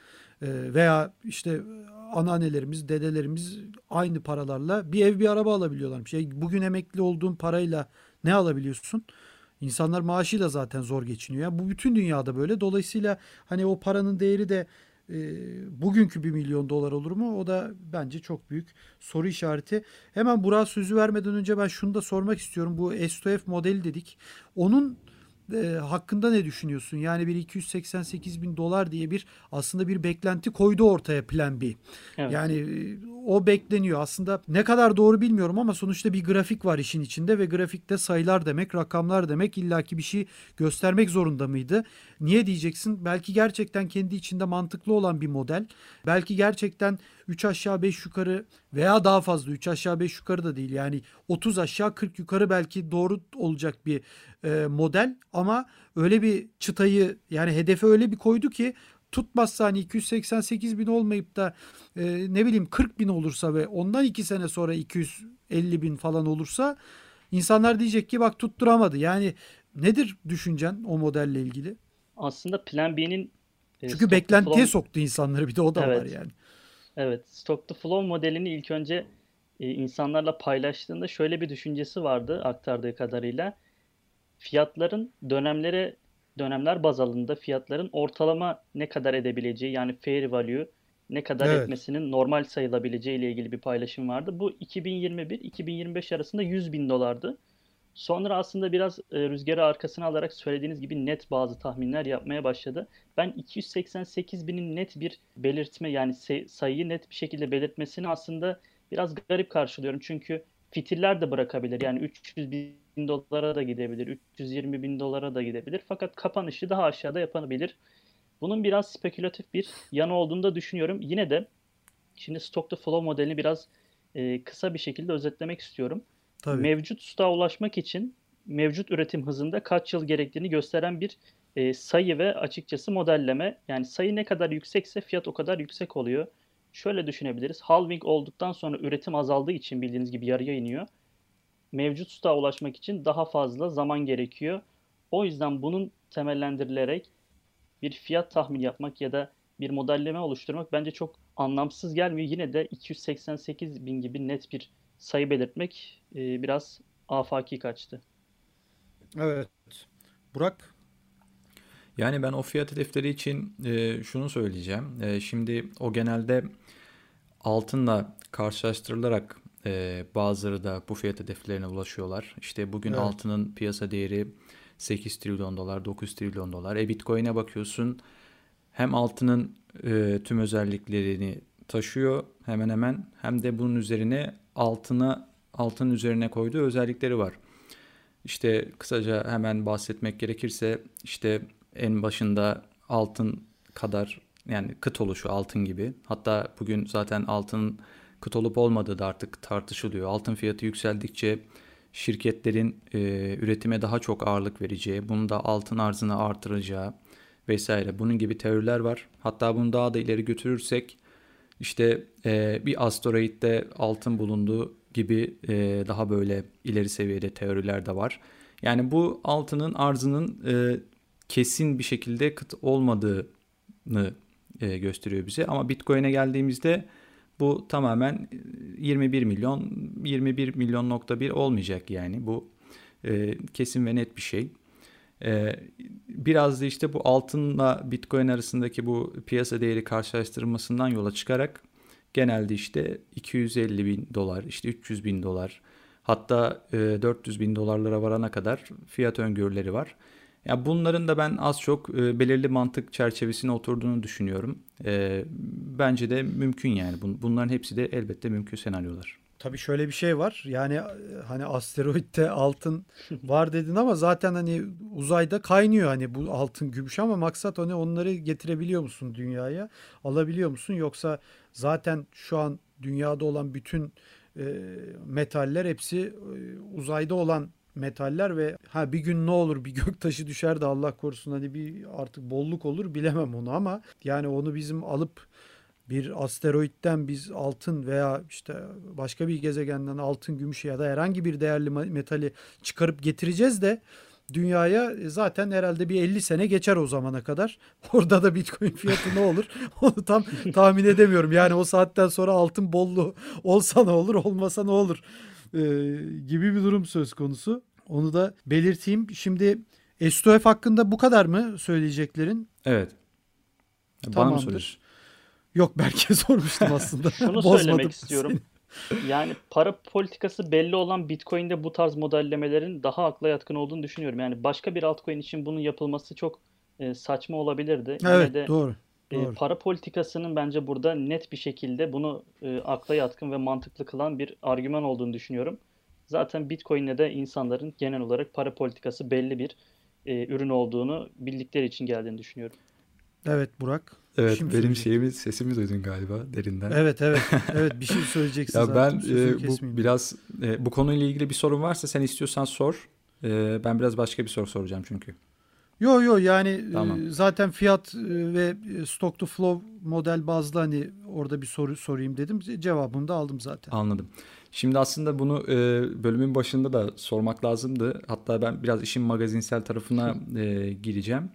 Veya işte anneannelerimiz, dedelerimiz aynı paralarla bir ev, bir araba alabiliyorlarmış. Bugün emekli olduğun parayla ne alabiliyorsun? İnsanlar maaşıyla zaten zor geçiniyor. Yani bu bütün dünyada böyle. Dolayısıyla hani o paranın değeri de bugünkü 1 milyon dolar olur mu? O da bence çok büyük soru işareti. Hemen Burak'a sözü vermeden önce ben şunu da sormak istiyorum. Bu S2F modeli dedik. Onun hakkında ne düşünüyorsun? Yani bir 288 bin dolar diye bir aslında bir beklenti koydu ortaya Plan B. Evet. Yani o bekleniyor. Aslında ne kadar doğru bilmiyorum ama sonuçta bir grafik var işin içinde ve grafikte sayılar demek, rakamlar demek, illaki bir şey göstermek zorunda mıydı? Niye diyeceksin? Belki gerçekten kendi içinde mantıklı olan bir model. Belki gerçekten 3 aşağı 5 yukarı veya daha fazla, 3 aşağı 5 yukarı da değil. Yani 30 aşağı 40 yukarı belki doğru olacak bir model ama öyle bir çıtayı, yani hedefe öyle bir koydu ki tutmazsa hani 288 bin olmayıp da ne bileyim 40 bin olursa ve ondan 2 sene sonra 250 bin falan olursa insanlar diyecek ki bak tutturamadı. Yani nedir düşüncen o modelle ilgili? Aslında Plan B'nin Çünkü Stock to beklentiye Flow, soktu insanları, bir de o da var evet, yani. evet, Stock to Flow modelini ilk önce insanlarla paylaştığında şöyle bir düşüncesi vardı aktardığı kadarıyla. Fiyatların dönemlere dönemler baz alındığında fiyatların ortalama ne kadar edebileceği, yani fair value ne kadar Evet. etmesinin normal sayılabileceği ile ilgili bir paylaşım vardı. Bu 2021-2025 arasında 100 bin dolardı. Sonra aslında biraz rüzgarı arkasına alarak söylediğiniz gibi net bazı tahminler yapmaya başladı. Ben 288 binin net bir belirtme, yani sayıyı net bir şekilde belirtmesini aslında biraz garip karşılıyorum. Çünkü fitiller de bırakabilir. Yani 300 bin dolara da gidebilir, 320 bin dolara da gidebilir. Fakat kapanışı daha aşağıda yapabilir. Bunun biraz spekülatif bir yanı olduğunu da düşünüyorum. Yine de şimdi stock to flow modelini biraz kısa bir şekilde özetlemek istiyorum. Tabii. Mevcut stoğa ulaşmak için mevcut üretim hızında kaç yıl gerektiğini gösteren bir sayı ve açıkçası modelleme. Yani sayı ne kadar yüksekse fiyat o kadar yüksek oluyor. Şöyle düşünebiliriz. Halving olduktan sonra üretim azaldığı için bildiğiniz gibi yarıya iniyor. Mevcut stoğa ulaşmak için daha fazla zaman gerekiyor. O yüzden bunun temellendirilerek bir fiyat tahmini yapmak ya da bir modelleme oluşturmak bence çok anlamsız gelmiyor. Yine de 288 bin gibi net bir sayı belirtmek biraz afaki kaçtı. Evet. Burak? Yani ben o fiyat hedefleri için şunu söyleyeceğim. Şimdi o genelde altınla karşılaştırılarak bazıları da bu fiyat hedeflerine ulaşıyorlar. İşte bugün Evet. altının piyasa değeri 8 trilyon dolar, 9 trilyon dolar. Bitcoin'e bakıyorsun, hem altının tüm özelliklerini taşıyor hemen hemen, hem de bunun üzerine altın üzerine koyduğu özellikleri var. İşte kısaca hemen bahsetmek gerekirse, işte en başında altın kadar, yani kıt oluşu altın gibi. Hatta bugün zaten altının kıt olup olmadığı da artık tartışılıyor. Altın fiyatı yükseldikçe şirketlerin üretime daha çok ağırlık vereceği, bunun da altın arzını artıracağı vesaire, bunun gibi teoriler var. Hatta bunu daha da ileri götürürsek, işte bir asteroitte altın bulunduğu gibi daha böyle ileri seviyede teoriler de var. Yani bu altının arzının kesin bir şekilde kıt olmadığını gösteriyor bize. Ama Bitcoin'e geldiğimizde bu tamamen 21 milyon nokta bir olmayacak yani. Bu kesin ve net bir şey. Biraz da işte bu altınla Bitcoin arasındaki bu piyasa değeri karşılaştırmasından yola çıkarak genelde işte 250 bin dolar, işte 300 bin dolar, hatta 400 bin dolarlara varana kadar fiyat öngörüleri var. Ya bunların da ben az çok belirli mantık çerçevesine oturduğunu düşünüyorum. Bence de mümkün yani. Bunların hepsi de elbette mümkün senaryolar. Tabii şöyle bir şey var. Yani hani asteroitte altın var dedin ama zaten hani uzayda kaynıyor hani bu altın, gümüş, ama maksat hani onları getirebiliyor musun dünyaya? Alabiliyor musun? Yoksa zaten şu an dünyada olan bütün metaller hepsi uzayda olan metaller ve ha bir gün ne olur, bir göktaşı düşer de Allah korusun hani bir artık bolluk olur, bilemem onu, ama yani onu bizim alıp bir asteroitten biz altın veya işte başka bir gezegenden altın, gümüş ya da herhangi bir değerli metali çıkarıp getireceğiz de dünyaya, zaten herhalde bir 50 sene geçer o zamana kadar. Orada da Bitcoin fiyatı ne olur? Onu tam tahmin edemiyorum. Yani o saatten sonra altın bolluğu olsa ne olur, olmasa ne olur? Ee, gibi bir durum söz konusu. Onu da belirteyim. Şimdi S2F hakkında bu kadar mı söyleyeceklerin? Evet. Bana mı Tamamdır. soruyorsun? Yok, Berk'e sormuştum aslında. Şunu söylemek Bozmadım istiyorum. seni. Yani para politikası belli olan Bitcoin'de bu tarz modellemelerin daha akla yatkın olduğunu düşünüyorum. Yani başka bir altcoin için bunun yapılması çok saçma olabilirdi. Yine Evet, de doğru. Doğru. para politikasının bence burada net bir şekilde bunu akla yatkın ve mantıklı kılan bir argüman olduğunu düşünüyorum. Zaten Bitcoin'le de insanların genel olarak para politikası belli bir ürün olduğunu bildikleri için geldiğini düşünüyorum. Evet Burak. Bir Evet, şey mi benim söyleyecektin? sesimi duydun galiba derinden. Evet, evet. Evet, bir şey söyleyeceksin Ya ben zannettim. Sözünü bu kesmeyeyim dedim. biraz bu konuyla ilgili bir sorun varsa sen istiyorsan sor. Ben biraz başka bir soru soracağım çünkü. Yo yo, yani Tamam, zaten fiyat ve stock to flow model bazlı hani orada bir soru sorayım dedim. Cevabını da aldım zaten. anladım. Şimdi aslında bunu bölümün başında da sormak lazımdı. Hatta ben biraz işin magazinsel tarafına gireceğim.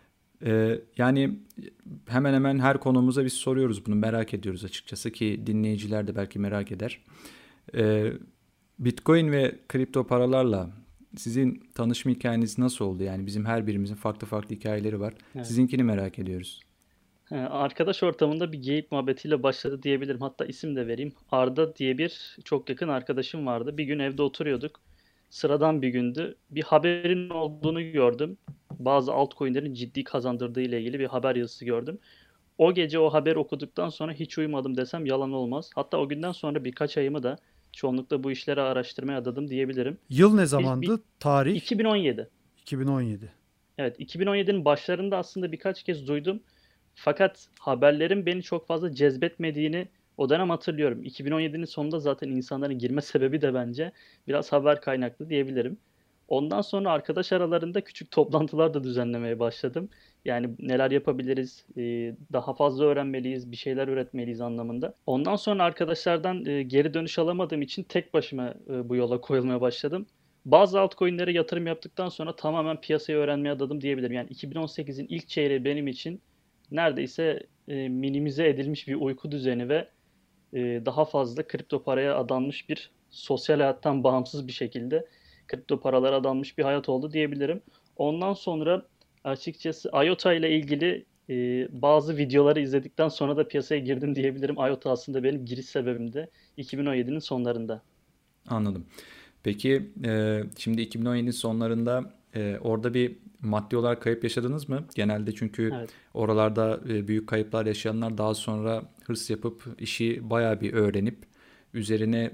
Yani hemen hemen her konumuza biz soruyoruz bunu, merak ediyoruz açıkçası ki dinleyiciler de belki merak eder. Bitcoin ve kripto paralarla Sizin tanışma hikayeniz nasıl oldu? Yani bizim her birimizin farklı farklı hikayeleri var. Evet. Sizinkini merak ediyoruz. Arkadaş ortamında bir geyik muhabbetiyle başladı diyebilirim. Hatta isim de vereyim. Arda diye bir çok yakın arkadaşım vardı. Bir gün evde oturuyorduk. Sıradan bir gündü. Bir haberin olduğunu gördüm. Bazı altcoin'lerin ciddi kazandırdığı ile ilgili bir haber yazısı gördüm. O gece o haberi okuduktan sonra hiç uyumadım desem yalan olmaz. Hatta o günden sonra birkaç ayımı da çoğunlukla bu işleri araştırmaya adadım diyebilirim. Yıl ne Bir zamandı? Tarih 2017. 2017. Evet, 2017'nin başlarında aslında birkaç kez duydum. Fakat haberlerin beni çok fazla cezbetmediğini o dönem hatırlıyorum. 2017'nin sonunda zaten insanların girme sebebi de bence biraz haber kaynaklı diyebilirim. Ondan sonra arkadaş aralarında küçük toplantılar da düzenlemeye başladım. Yani neler yapabiliriz, daha fazla öğrenmeliyiz, bir şeyler üretmeliyiz anlamında. Ondan sonra arkadaşlardan geri dönüş alamadığım için tek başıma bu yola koyulmaya başladım. Bazı altcoin'lere yatırım yaptıktan sonra tamamen piyasayı öğrenmeye adadım diyebilirim. Yani 2018'in ilk çeyreği benim için neredeyse minimize edilmiş bir uyku düzeni ve daha fazla kripto paraya adanmış bir sosyal hayattan bağımsız bir şekilde kripto paralara adanmış bir hayat oldu diyebilirim. Ondan sonra açıkçası IOTA ile ilgili bazı videoları izledikten sonra da piyasaya girdim diyebilirim. IOTA aslında benim giriş sebebim de 2017'nin sonlarında. Anladım. Peki şimdi 2017'nin sonlarında orada bir maddi olarak kayıp yaşadınız mı? Genelde çünkü Evet. oralarda büyük kayıplar yaşayanlar daha sonra hırs yapıp işi bayağı bir öğrenip üzerine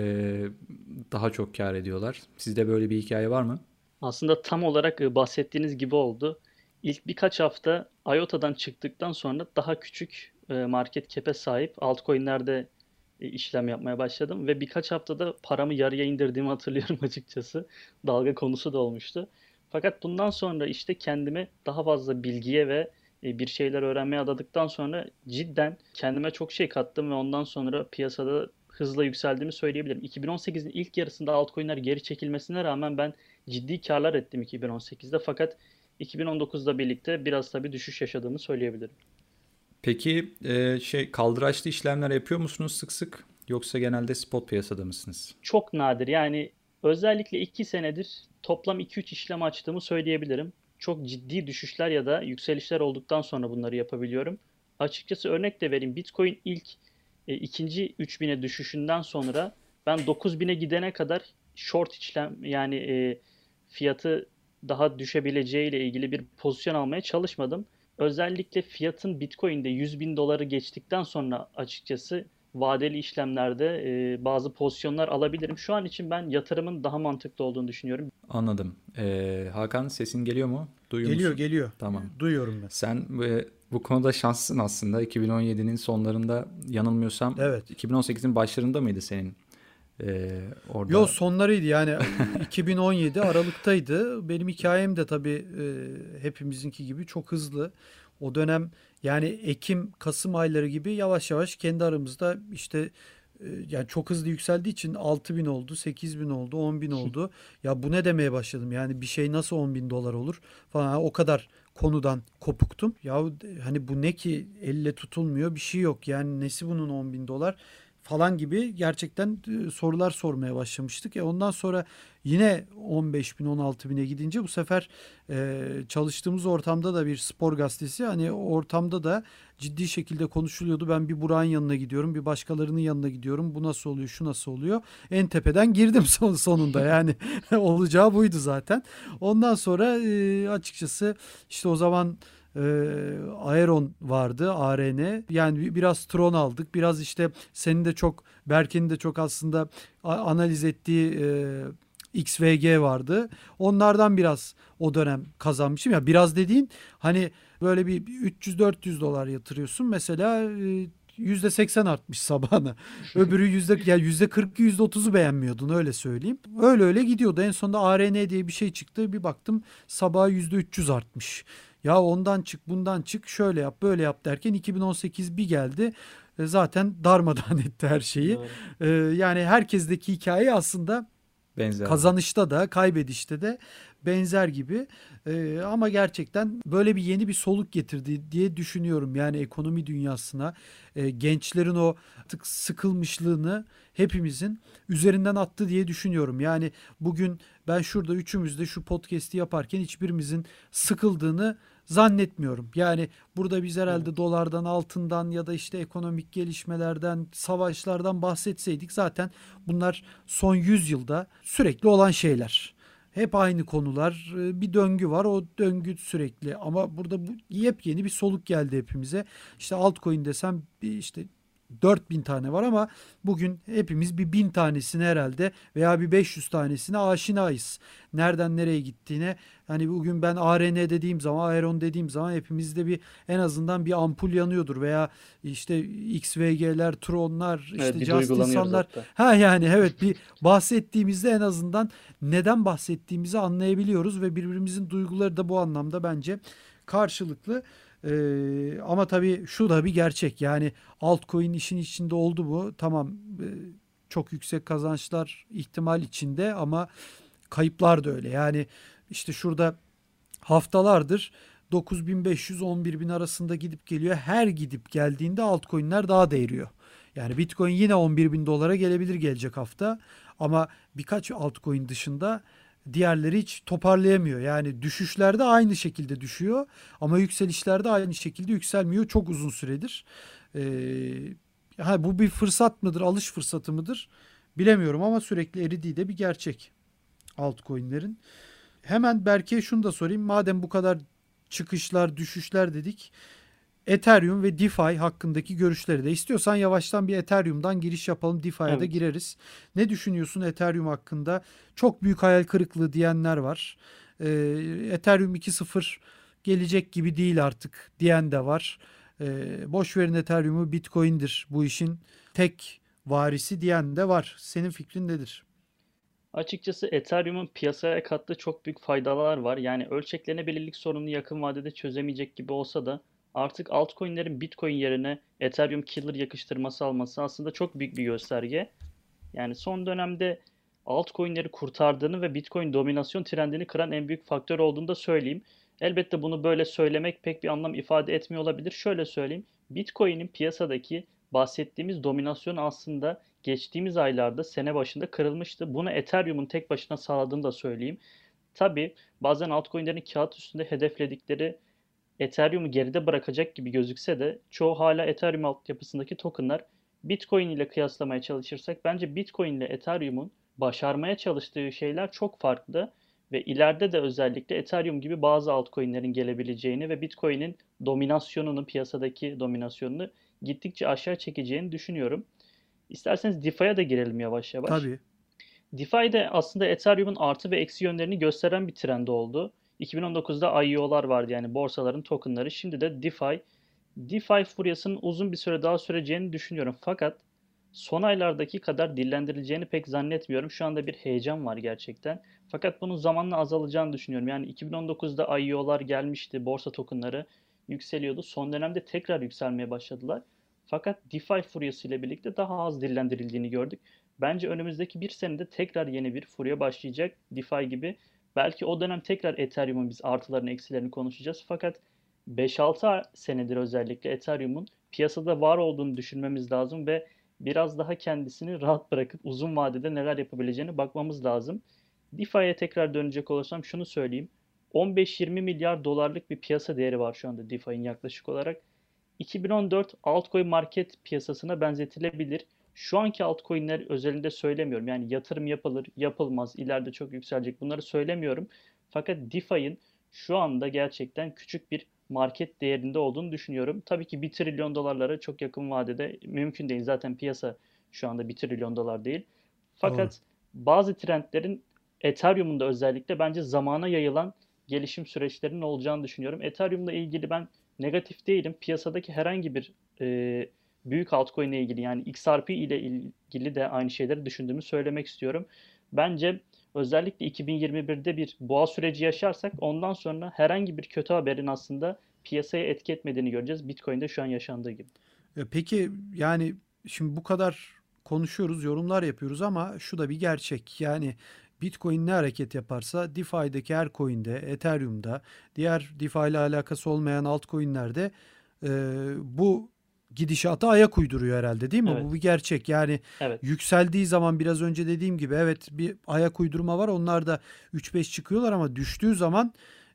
daha çok kâr ediyorlar. Sizde böyle bir hikaye var mı? Aslında tam olarak bahsettiğiniz gibi oldu. İlk birkaç hafta IOTA'dan çıktıktan sonra daha küçük market cap'e sahip altcoin'lerde işlem yapmaya başladım ve birkaç haftada paramı yarıya indirdiğimi hatırlıyorum açıkçası. Dalga konusu da olmuştu. Fakat bundan sonra işte kendimi daha fazla bilgiye ve bir şeyler öğrenmeye adadıktan sonra cidden kendime çok şey kattım ve ondan sonra piyasada hızla yükseldiğimi söyleyebilirim. 2018'in ilk yarısında altcoin'ler geri çekilmesine rağmen ben ciddi karlar ettim 2018'de, fakat 2019'da birlikte biraz tabii düşüş yaşadığımı söyleyebilirim. Peki kaldıraçlı işlemler yapıyor musunuz sık sık? Yoksa genelde spot piyasada mısınız? Çok nadir, yani özellikle 2 senedir toplam 2-3 işlem açtığımı söyleyebilirim. Çok ciddi düşüşler ya da yükselişler olduktan sonra bunları yapabiliyorum. Açıkçası örnek de vereyim. Bitcoin ilk ikinci 3000'e düşüşünden sonra ben 9000'e gidene kadar short işlem, yani fiyatı daha düşebileceği ile ilgili bir pozisyon almaya çalışmadım. Özellikle fiyatın Bitcoin'de 100 bin doları geçtikten sonra açıkçası vadeli işlemlerde bazı pozisyonlar alabilirim. Şu an için ben yatırımın daha mantıklı olduğunu düşünüyorum. Anladım. Hakan sesin geliyor mu? Duyuyor Geliyor musun? geliyor. Tamam. Duyuyorum ben. Sen bu konuda şanslısın aslında. 2017'nin sonlarında yanılmıyorsam Evet. 2018'in başlarında mıydı senin Yo, orada? sonlarıydı yani 2017 Aralık'taydı. Benim hikayem de tabii hepimizinki gibi çok hızlı. O dönem yani Ekim, Kasım ayları gibi yavaş yavaş kendi aramızda işte yani çok hızlı yükseldiği için 6.000 oldu, 8.000 oldu, 10.000 oldu. Ya bu ne demeye başladım yani bir şey nasıl 10.000 dolar olur falan, o kadar konudan kopuktum. Ya hani bu ne ki, elle tutulmuyor bir şey yok yani, nesi bunun 10.000 dolar falan gibi gerçekten sorular sormaya başlamıştık. Ondan sonra yine 15 bin 16 bine gidince bu sefer çalıştığımız ortamda da bir spor gazetesi, hani o ortamda da ciddi şekilde konuşuluyordu. Ben bir Burak'ın yanına gidiyorum, bir başkalarının yanına gidiyorum. Bu nasıl oluyor, şu nasıl oluyor? En tepeden girdim sonunda yani olacağı buydu zaten. Ondan sonra açıkçası işte o zaman Aeron vardı, ARN. Yani biraz Tron aldık. Biraz işte senin de çok, Berke'nin de çok aslında analiz ettiği XVG vardı. Onlardan biraz o dönem kazanmışım. Ya biraz dediğin hani böyle bir 300-400 dolar yatırıyorsun. Mesela %80 artmış sabahına. Öbürü yani %40'ı %30'u beğenmiyordun, öyle söyleyeyim. Öyle öyle gidiyordu. En sonunda ARN diye bir şey çıktı. Bir baktım sabaha %300 artmış. Ya ondan çık, bundan çık, şöyle yap, böyle yap derken 2018 bir geldi. Zaten darmadağın etti her şeyi. Doğru. Yani herkesteki hikaye aslında Benzer. kazanışta da kaybedişte de benzer gibi. Ama gerçekten böyle bir yeni bir soluk getirdi diye düşünüyorum. Yani ekonomi dünyasına gençlerin o artık sıkılmışlığını hepimizin üzerinden attı diye düşünüyorum. Yani bugün ben şurada üçümüz de şu podcast'i yaparken hiçbirimizin sıkıldığını zannetmiyorum. Yani burada biz herhalde Evet. dolardan, altından ya da işte ekonomik gelişmelerden, savaşlardan bahsetseydik zaten bunlar son 100 yılda sürekli olan şeyler. Hep aynı konular, bir döngü var. O döngü sürekli. Ama burada bu yepyeni bir soluk geldi hepimize. İşte altcoin desem işte 4.000 tane var ama bugün hepimiz bir 1000 tanesine herhalde veya bir 500 tanesine aşinayız. Nereden nereye gittiğine. Hani bugün ben ARN dediğim zaman, Aeron dediğim zaman hepimizde bir en azından bir ampul yanıyordur veya işte XVG'ler, Tron'lar, Evet, işte bir Just duygulanıyoruz insanlar. hatta. Ha yani evet bir bahsettiğimizde en azından neden bahsettiğimizi anlayabiliyoruz ve birbirimizin duyguları da bu anlamda bence karşılıklı. Ama tabii şu da bir gerçek. Yani altcoin işin içinde oldu mu? Tamam, çok yüksek kazançlar ihtimal içinde ama kayıplar da öyle. Yani işte şurada haftalardır 9.500-11.000 arasında gidip geliyor. Her gidip geldiğinde altcoin'ler daha da eriyor. Yani Bitcoin yine 11.000 dolara gelebilir gelecek hafta ama birkaç altcoin dışında diğerleri hiç toparlayamıyor. Yani düşüşlerde aynı şekilde düşüyor ama yükselişlerde aynı şekilde yükselmiyor çok uzun süredir. Bu bir fırsat mıdır, alış fırsatı mıdır bilemiyorum ama sürekli eridiği de bir gerçek altcoin'lerin. Hemen Berke'ye şunu da sorayım. Madem bu kadar çıkışlar, düşüşler dedik. Ethereum ve DeFi hakkındaki görüşleri de istiyorsan yavaştan bir Ethereum'dan giriş yapalım. DeFi'ye de Evet. gireriz. Ne düşünüyorsun Ethereum hakkında? Çok büyük hayal kırıklığı diyenler var. Ee, Ethereum 2.0 gelecek gibi değil artık diyen de var. Boş verin Ethereum'u, Bitcoin'dir bu işin tek varisi diyen de var. Senin fikrin nedir? Açıkçası Ethereum'un piyasaya kattığı çok büyük faydalar var. Yani ölçeklenebilirlik sorununu yakın vadede çözemeyecek gibi olsa da artık altcoin'lerin Bitcoin yerine Ethereum killer yakıştırması alması aslında çok büyük bir gösterge. Yani son dönemde altcoin'leri kurtardığını ve Bitcoin dominasyon trendini kıran en büyük faktör olduğunu da söyleyeyim. Elbette bunu böyle söylemek pek bir anlam ifade etmiyor olabilir. Şöyle söyleyeyim. Bitcoin'in piyasadaki bahsettiğimiz dominasyon aslında geçtiğimiz aylarda sene başında kırılmıştı. Bunu Ethereum'un tek başına sağladığını da söyleyeyim. Tabii bazen altcoin'lerin kağıt üstünde hedefledikleri Ethereum'u geride bırakacak gibi gözükse de çoğu hala Ethereum altyapısındaki tokenlar Bitcoin ile kıyaslamaya çalışırsak bence Bitcoin ile Ethereum'un başarmaya çalıştığı şeyler çok farklı ve ileride de özellikle Ethereum gibi bazı altcoin'lerin gelebileceğini ve Bitcoin'in dominasyonunu, piyasadaki dominasyonunu gittikçe aşağı çekeceğini düşünüyorum. İsterseniz DeFi'ye de girelim yavaş yavaş. Tabii. DeFi de aslında Ethereum'un artı ve eksi yönlerini gösteren bir trend oldu. 2019'da IEO'lar vardı yani borsaların tokenları. Şimdi de DeFi. DeFi furyasının uzun bir süre daha süreceğini düşünüyorum. Fakat son aylardaki kadar dillendirileceğini pek zannetmiyorum. Şu anda bir heyecan var gerçekten. Fakat bunun zamanla azalacağını düşünüyorum. Yani 2019'da IEO'lar gelmişti, borsa tokenları yükseliyordu. Son dönemde tekrar yükselmeye başladılar. Fakat DeFi furyası ile birlikte daha az dillendirildiğini gördük. Bence önümüzdeki bir senede tekrar yeni bir furya başlayacak DeFi gibi. Belki o dönem tekrar Ethereum'un biz artılarını eksilerini konuşacağız. Fakat 5-6 senedir özellikle Ethereum'un piyasada var olduğunu düşünmemiz lazım ve biraz daha kendisini rahat bırakıp uzun vadede neler yapabileceğine bakmamız lazım. DeFi'ye tekrar dönecek olursam şunu söyleyeyim. 15-20 milyar dolarlık bir piyasa değeri var şu anda DeFi'nin yaklaşık olarak. 2014 altcoin market piyasasına benzetilebilir. Şu anki altcoin'ler özelinde söylemiyorum. Yani yatırım yapılır, yapılmaz, ileride çok yükselecek bunları söylemiyorum. Fakat DeFi'nin şu anda gerçekten küçük bir market değerinde olduğunu düşünüyorum. Tabii ki 1 trilyon dolarlara çok yakın vadede mümkün değil. Zaten piyasa şu anda 1 trilyon dolar değil. Doğru. Fakat bazı trendlerin Ethereum'un da özellikle bence zamana yayılan gelişim süreçlerinin olacağını düşünüyorum. Ethereum'la ilgili ben negatif değilim. Piyasadaki herhangi bir büyük altcoin ile ilgili yani XRP ile ilgili de aynı şeyleri düşündüğümü söylemek istiyorum. Bence özellikle 2021'de bir boğa süreci yaşarsak ondan sonra herhangi bir kötü haberin aslında piyasaya etki etmediğini göreceğiz. Bitcoin'de şu an yaşandığı gibi. Peki yani şimdi bu kadar konuşuyoruz, yorumlar yapıyoruz ama şu da bir gerçek. Yani Bitcoin ne hareket yaparsa DeFi'deki her coin'de, Ethereum'da, diğer DeFi ile alakası olmayan altcoin'lerde e, bu gidişata ayak uyduruyor herhalde, değil mi? Bu Evet, bir gerçek. Yani evet, yükseldiği zaman biraz önce dediğim gibi evet bir ayak uydurma var. Onlar da 3-5 çıkıyorlar ama düştüğü zaman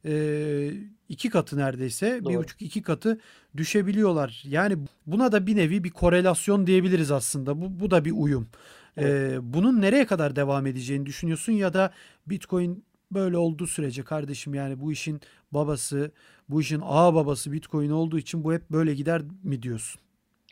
iki katı neredeyse bir doğru. buçuk iki katı düşebiliyorlar. Yani buna da bir nevi bir korelasyon diyebiliriz aslında. Bu da bir uyum. Evet. Bunun nereye kadar devam edeceğini düşünüyorsun ya da Bitcoin böyle olduğu sürece kardeşim yani bu işin babası, bu işin ağa babası Bitcoin olduğu için bu hep böyle gider mi diyorsun?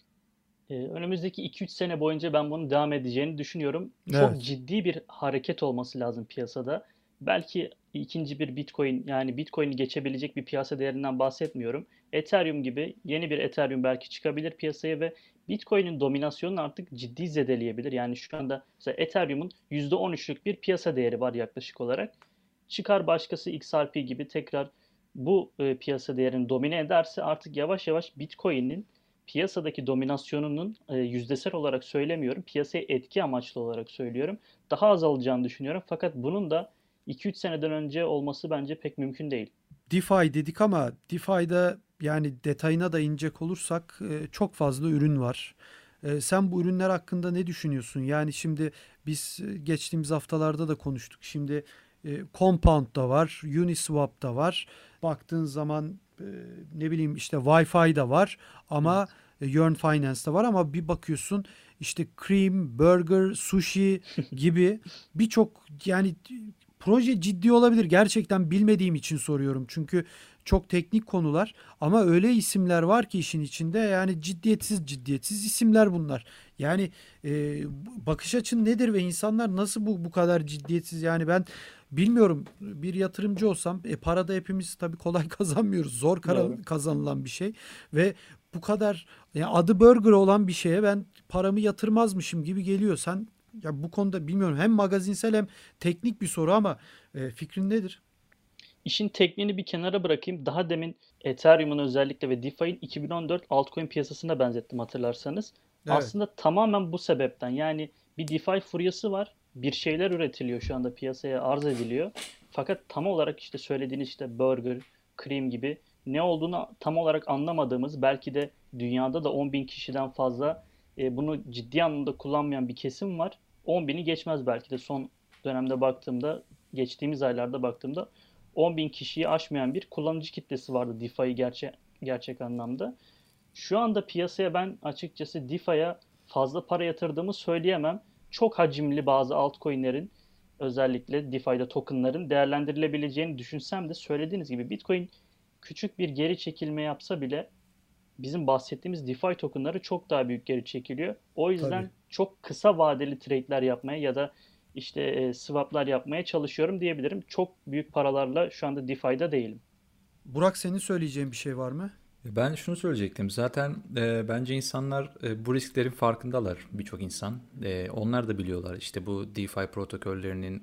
Önümüzdeki 2-3 sene boyunca ben bunun devam edeceğini düşünüyorum. Çok Evet. ciddi bir hareket olması lazım piyasada. Belki ikinci bir Bitcoin, yani Bitcoin'i geçebilecek bir piyasa değerinden bahsetmiyorum. Ethereum gibi yeni bir Ethereum belki çıkabilir piyasaya ve Bitcoin'in dominasyonunu artık ciddi zedeleyebilir. Yani şu anda mesela Ethereum'un %13'lük bir piyasa değeri var yaklaşık olarak. Çıkar başkası XRP gibi tekrar bu piyasa değerini domine ederse artık yavaş yavaş Bitcoin'in piyasadaki dominasyonunun yüzdesel olarak söylemiyorum, piyasaya etki amaçlı olarak söylüyorum. Daha azalacağını düşünüyorum. Fakat bunun da 2-3 seneden önce olması bence pek mümkün değil. DeFi dedik ama DeFi'de yani detayına da inecek olursak çok fazla ürün var. Sen bu ürünler hakkında ne düşünüyorsun? Yani şimdi biz geçtiğimiz haftalarda da konuştuk. Şimdi Compound da var, Uniswap da var. Baktığın zaman ne bileyim işte Wi-Fi da var ama Evet. Yearn Finance da var ama bir bakıyorsun işte Cream, Burger, Sushi gibi birçok yani proje ciddi olabilir. Gerçekten bilmediğim için soruyorum. Çünkü çok teknik konular ama öyle isimler var ki işin içinde yani ciddiyetsiz isimler bunlar. Yani e, bakış açın nedir ve insanlar nasıl bu kadar ciddiyetsiz yani ben bilmiyorum bir yatırımcı olsam para da hepimiz tabii kolay kazanmıyoruz. Zor Doğru. kazanılan bir şey ve bu kadar yani adı burger olan bir şeye ben paramı yatırmazmışım gibi geliyor. Sen ya bu konuda bilmiyorum hem magazinsel hem teknik bir soru ama fikrin nedir? İşin tekniğini bir kenara bırakayım. Daha demin Ethereum'un özellikle ve DeFi'nin 2014 altcoin piyasasına benzettim hatırlarsanız. Evet. Aslında tamamen bu sebepten. Yani bir DeFi furyası var. Bir şeyler üretiliyor şu anda piyasaya arz ediliyor. Fakat tam olarak işte söylediğiniz işte Burger, Cream gibi ne olduğunu tam olarak anlamadığımız belki de dünyada da 10 bin kişiden fazla bunu ciddi anlamda kullanmayan bir kesim var. 10 bini geçmez belki de son dönemde baktığımda, geçtiğimiz aylarda baktığımda 10 bin kişiyi aşmayan bir kullanıcı kitlesi vardı DeFi'yi gerçek anlamda. Şu anda piyasaya ben açıkçası DeFi'ye fazla para yatırdığımı söyleyemem. Çok hacimli bazı altcoin'lerin özellikle DeFi'de token'ların değerlendirilebileceğini düşünsem de söylediğiniz gibi Bitcoin küçük bir geri çekilme yapsa bile bizim bahsettiğimiz DeFi token'ları çok daha büyük geri çekiliyor. O Tabii. yüzden çok kısa vadeli trade'ler yapmaya ya da işte swap'lar yapmaya çalışıyorum diyebilirim. Çok büyük paralarla şu anda DeFi'de değilim. Burak senin söyleyeceğin bir şey var mı? Ben şunu söyleyecektim. Zaten bence insanlar bu risklerin farkındalar, birçok insan. Onlar da biliyorlar işte bu DeFi protokollerinin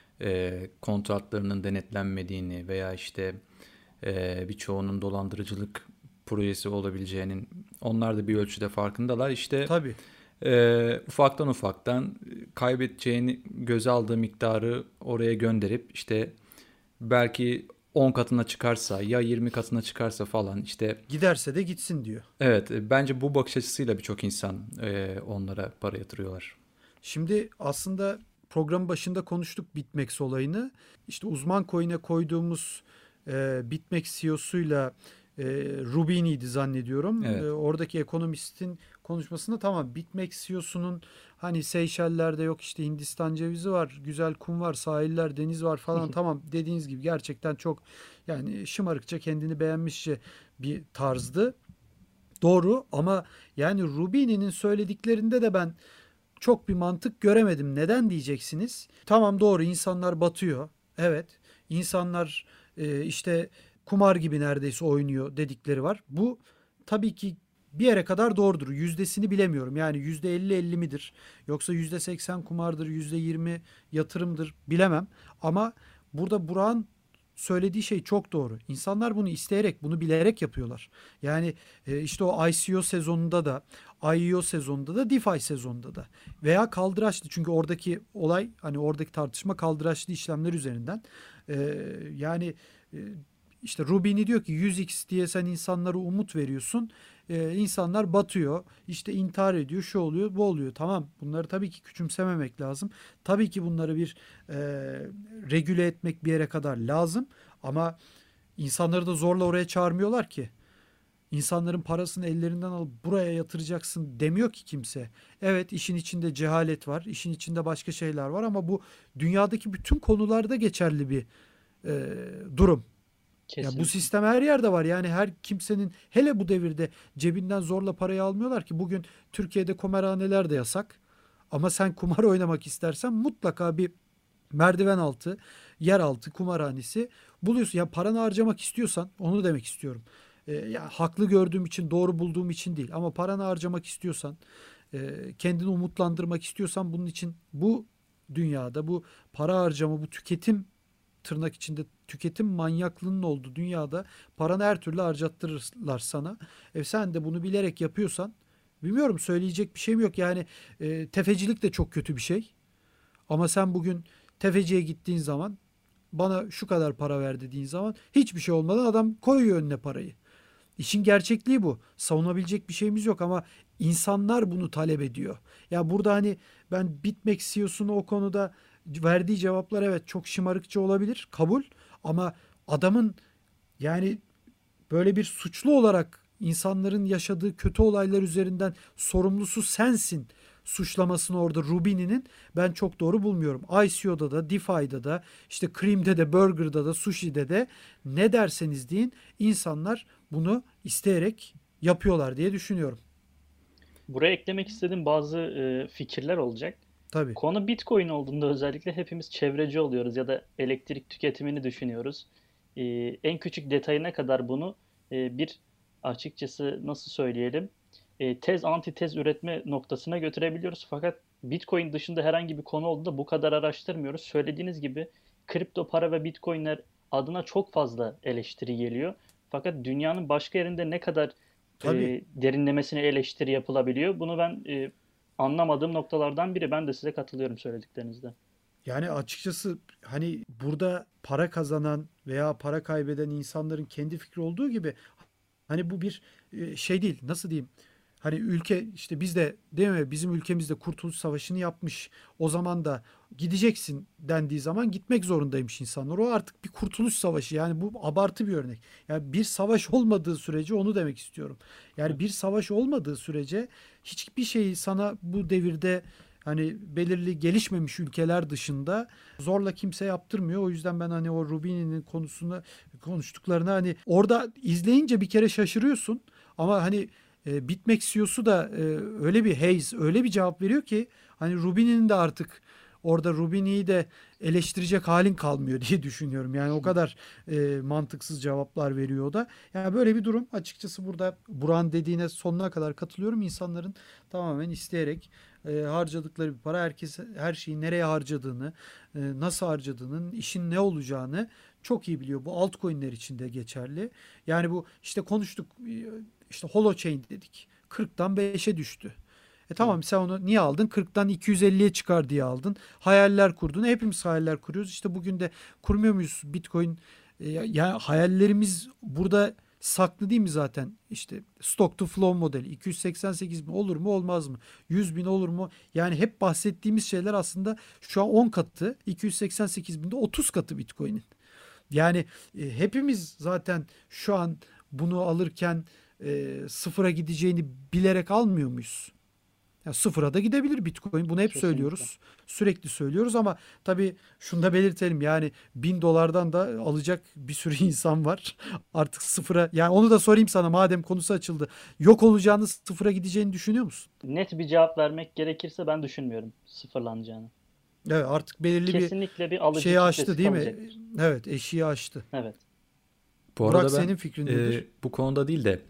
kontratlarının denetlenmediğini veya işte birçoğunun dolandırıcılık projesi olabileceğinin onlar da bir ölçüde farkındalar. İşte Tabii. ufaktan ufaktan kaybedeceğini göze aldığı miktarı oraya gönderip işte belki 10 katına çıkarsa ya 20 katına çıkarsa falan işte Giderse de gitsin diyor. evet, bence bu bakış açısıyla birçok insan onlara para yatırıyorlar. Şimdi aslında programın başında konuştuk BitMEX olayını. İşte uzman coin'e koyduğumuz BitMEX CEO'suyla Rubini'ydi zannediyorum. Evet. Oradaki ekonomistin konuşmasında tamam BitMEX CEO'sunun hani Seyşeller'de yok işte Hindistan cevizi var, güzel kum var, sahiller, deniz var falan tamam dediğiniz gibi gerçekten çok yani şımarıkça kendini beğenmişçe bir tarzdı. Doğru ama yani Rubini'nin söylediklerinde de ben çok bir mantık göremedim. Neden diyeceksiniz? Tamam doğru insanlar batıyor. Evet. İnsanlar işte kumar gibi neredeyse oynuyor dedikleri var. Bu tabii ki bir yere kadar doğrudur. Yüzdesini bilemiyorum. Yani %50-50 midir? Yoksa %80 kumardır, %20 yatırımdır bilemem. Ama burada Burak'ın söylediği şey çok doğru. İnsanlar bunu isteyerek, bunu bilerek yapıyorlar. Yani işte o ICO sezonunda da, IEO sezonunda da, DeFi sezonunda da veya kaldıraçlı, çünkü oradaki olay, hani oradaki tartışma kaldıraçlı işlemler üzerinden. Yani e, işte Rubini diyor ki 100x diye sen insanlara umut veriyorsun. İnsanlar batıyor, işte intihar ediyor, şu oluyor, bu oluyor. Tamam, bunları tabii ki küçümsememek lazım. Tabii ki bunları bir e, regüle etmek bir yere kadar lazım. Ama insanları da zorla oraya çağırmıyorlar ki. İnsanların parasını ellerinden alıp buraya yatıracaksın demiyor ki kimse. Evet, işin içinde cehalet var, işin içinde başka şeyler var ama bu dünyadaki bütün konularda geçerli bir durum. Ya bu Kesinlikle. sistem her yerde var. Yani her kimsenin, hele bu devirde, cebinden zorla parayı almıyorlar ki. Bugün Türkiye'de kumarhaneler de yasak. Ama sen kumar oynamak istersen mutlaka bir merdiven altı, yer altı kumarhanesi buluyorsun. Ya paranı harcamak istiyorsan, onu demek istiyorum. Ya haklı gördüğüm için, doğru bulduğum için değil. Ama paranı harcamak istiyorsan, kendini umutlandırmak istiyorsan, bunun için bu dünyada bu para harcama, bu tüketim, tırnak içinde tüketim manyaklığının olduğu dünyada paranı her türlü harcattırırlar sana. Sen de bunu bilerek yapıyorsan, bilmiyorum, söyleyecek bir şeyim yok. Yani tefecilik de çok kötü bir şey. Ama sen bugün tefeciye gittiğin zaman, bana şu kadar para ver dediğin zaman, hiçbir şey olmadan adam koyuyor önüne parayı. İşin gerçekliği bu. Savunabilecek bir şeyimiz yok ama insanlar bunu talep ediyor. Ya burada hani ben BitMEX CEO'sunu o konuda verdiği cevaplar, evet, çok şımarıkça olabilir, kabul, ama adamın, yani böyle bir suçlu olarak insanların yaşadığı kötü olaylar üzerinden sorumlusu sensin suçlamasını orada Rubini'nin, ben çok doğru bulmuyorum. ICO'da da, DeFi'de da, işte Cream'de de, Burger'da da, Sushi'de de, ne derseniz deyin, insanlar bunu isteyerek yapıyorlar diye düşünüyorum. Buraya eklemek istediğim bazı fikirler olacak. Tabii. Konu Bitcoin olduğunda özellikle hepimiz çevreci oluyoruz ya da elektrik tüketimini düşünüyoruz. E, En küçük detayına kadar bunu bir, açıkçası nasıl söyleyelim, tez antitez üretme noktasına götürebiliyoruz. Fakat Bitcoin dışında herhangi bir konu olduğunda bu kadar araştırmıyoruz. Söylediğiniz gibi kripto para ve Bitcoinler adına çok fazla eleştiri geliyor. Fakat dünyanın başka yerinde ne kadar Tabii. derinlemesine eleştiri yapılabiliyor? Bunu ben anlamadığım noktalardan biri. Ben de size katılıyorum söylediklerinizde. Yani açıkçası hani burada para kazanan veya para kaybeden insanların kendi fikri olduğu gibi, hani bu bir şey değil. Nasıl diyeyim? Hani ülke, işte biz de, değil mi? Bizim ülkemizde Kurtuluş Savaşı'nı yapmış. O zaman da gideceksin dendiği zaman gitmek zorundaymış insanlar. O artık bir kurtuluş savaşı. Yani bu abartı bir örnek. Yani bir savaş olmadığı sürece, onu demek istiyorum. Yani bir savaş olmadığı sürece hiçbir şeyi sana bu devirde, hani belirli gelişmemiş ülkeler dışında, zorla kimse yaptırmıyor. O yüzden ben hani o Rubini'nin konusunu, konuştuklarını, hani orada izleyince bir kere şaşırıyorsun. Ama hani BitMEX CEO'su da öyle bir öyle bir cevap veriyor ki, hani Rubini'nin de artık orada Rubini'yi de eleştirecek halin kalmıyor diye düşünüyorum. Yani o kadar mantıksız cevaplar veriyor o da. Yani böyle bir durum. Açıkçası burada Buran dediğine sonuna kadar katılıyorum. İnsanların tamamen isteyerek harcadıkları bir para, herkes her şeyi nereye harcadığını, nasıl harcadığının, işin ne olacağını çok iyi biliyor. Bu altcoin'ler için de geçerli. Yani bu işte konuştuk, işte Holochain dedik. 40'tan 5'e düştü. Evet. Tamam, sen onu niye aldın? 40'tan 250'ye çıkar diye aldın. Hayaller kurdun. Hepimiz hayaller kuruyoruz. İşte bugün de kurmuyor muyuz Bitcoin? Yani hayallerimiz burada saklı değil mi zaten? İşte stock to flow modeli. 288 bin olur mu olmaz mı? 100 bin olur mu? Yani hep bahsettiğimiz şeyler aslında şu an 10 katı. 288 binde 30 katı Bitcoin'in. Yani hepimiz zaten şu an bunu alırken sıfıra gideceğini bilerek almıyor muyuz? Ya sıfıra da gidebilir Bitcoin. Bunu hep Kesinlikle. söylüyoruz. Sürekli söylüyoruz ama tabii şunu da belirtelim. Yani 1.000 dolardan da alacak bir sürü insan var. Artık sıfıra, yani onu da sorayım sana madem konusu açıldı. Yok olacağını, sıfıra gideceğini düşünüyor musun? Net bir cevap vermek gerekirse ben düşünmüyorum sıfırlanacağını. Evet, artık belirli bir Kesinlikle bir alıcı şeyi aştı kitlesi değil mi? kalacaktır. Evet, eşiği aştı. Evet. Bu Burak, arada ben senin fikrin nedir? bu konuda değil de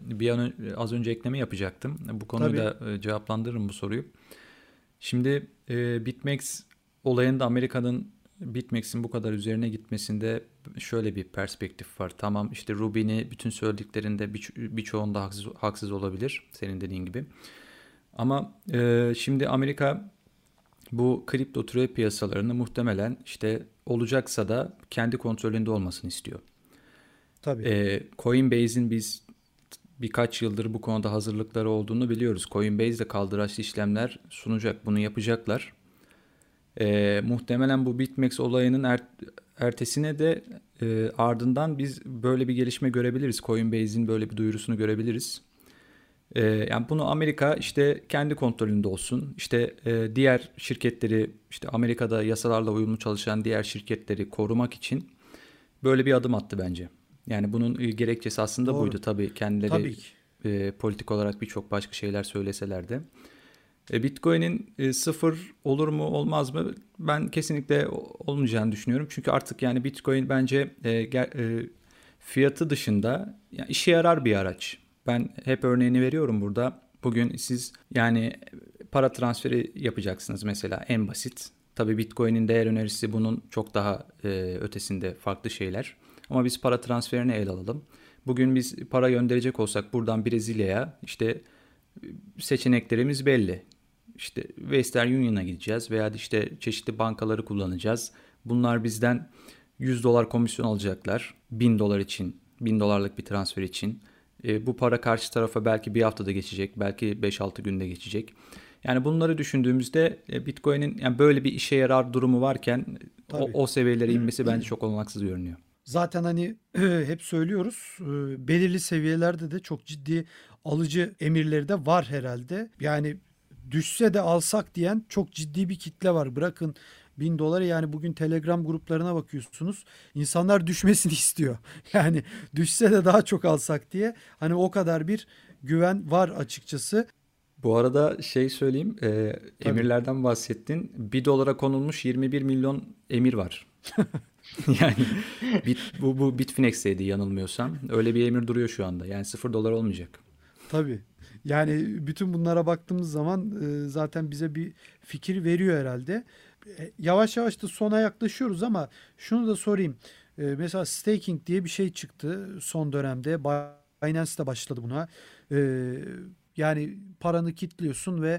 az önce ekleme yapacaktım. Bu konuyu Tabii. da cevaplandırırım bu soruyu. Şimdi BitMEX olayında Amerika'nın BitMEX'in bu kadar üzerine gitmesinde şöyle bir perspektif var. Tamam işte Ruby'ni bütün söylediklerinde birçoğunda haksız olabilir senin dediğin gibi. Ama şimdi Amerika bu kripto türev piyasalarını muhtemelen işte olacaksa da kendi kontrolünde olmasını istiyor. Tabii. Coinbase'in biz birkaç yıldır bu konuda hazırlıkları olduğunu biliyoruz. Coinbase de kaldıraçlı işlemler sunacak, bunu yapacaklar. Muhtemelen bu BitMEX olayının ertesine de ardından biz böyle bir gelişme görebiliriz. Coinbase'in böyle bir duyurusunu görebiliriz. Yani bunu Amerika işte kendi kontrolünde olsun. İşte diğer şirketleri, işte Amerika'da yasalarla uyumlu çalışan diğer şirketleri korumak için böyle bir adım attı bence. Yani bunun gerekçesi aslında Doğru. buydu. Tabii kendileri Tabii ki. politik olarak birçok başka şeyler söyleseler de. Bitcoin'in sıfır olur mu olmaz mı? Ben kesinlikle olmayacağını düşünüyorum. Çünkü artık yani Bitcoin bence fiyatı dışında yani işe yarar bir araç. Ben hep örneğini veriyorum burada. Bugün siz yani para transferi yapacaksınız mesela en basit. Tabii Bitcoin'in değer önerisi bunun çok daha ötesinde farklı şeyler. Ama biz para transferini ele alalım. Bugün biz para gönderecek olsak buradan Brezilya'ya işte seçeneklerimiz belli. İşte Western Union'a gideceğiz veya işte çeşitli bankaları kullanacağız. Bunlar bizden 100 dolar komisyon alacaklar 1000 dolar için, 1000 dolarlık bir transfer için. Bu para karşı tarafa belki bir haftada geçecek, belki 5-6 günde geçecek. Yani bunları düşündüğümüzde Bitcoin'in yani böyle bir işe yarar durumu varken Tabii. o seviyelere inmesi bence çok olanaksız görünüyor. Zaten hani hep söylüyoruz, belirli seviyelerde de çok ciddi alıcı emirleri de var herhalde. Yani düşse de alsak diyen çok ciddi bir kitle var. Bırakın 1000 doları, yani bugün Telegram gruplarına bakıyorsunuz. İnsanlar düşmesini istiyor. Yani düşse de daha çok alsak diye. Hani o kadar bir güven var açıkçası. Bu arada şey söyleyeyim, Tabii. emirlerden bahsettin. 1 dolara konulmuş 21 milyon emir var. Yani bu Bitfinex'teydi yanılmıyorsam. Öyle bir emir duruyor şu anda. Yani 0 dolar olmayacak. Tabii. Yani bütün bunlara baktığımız zaman zaten bize bir fikir veriyor herhalde. Yavaş yavaş da sona yaklaşıyoruz ama şunu da sorayım. Mesela staking diye bir şey çıktı son dönemde. Binance de başladı buna. E, Yani paranı kilitliyorsun ve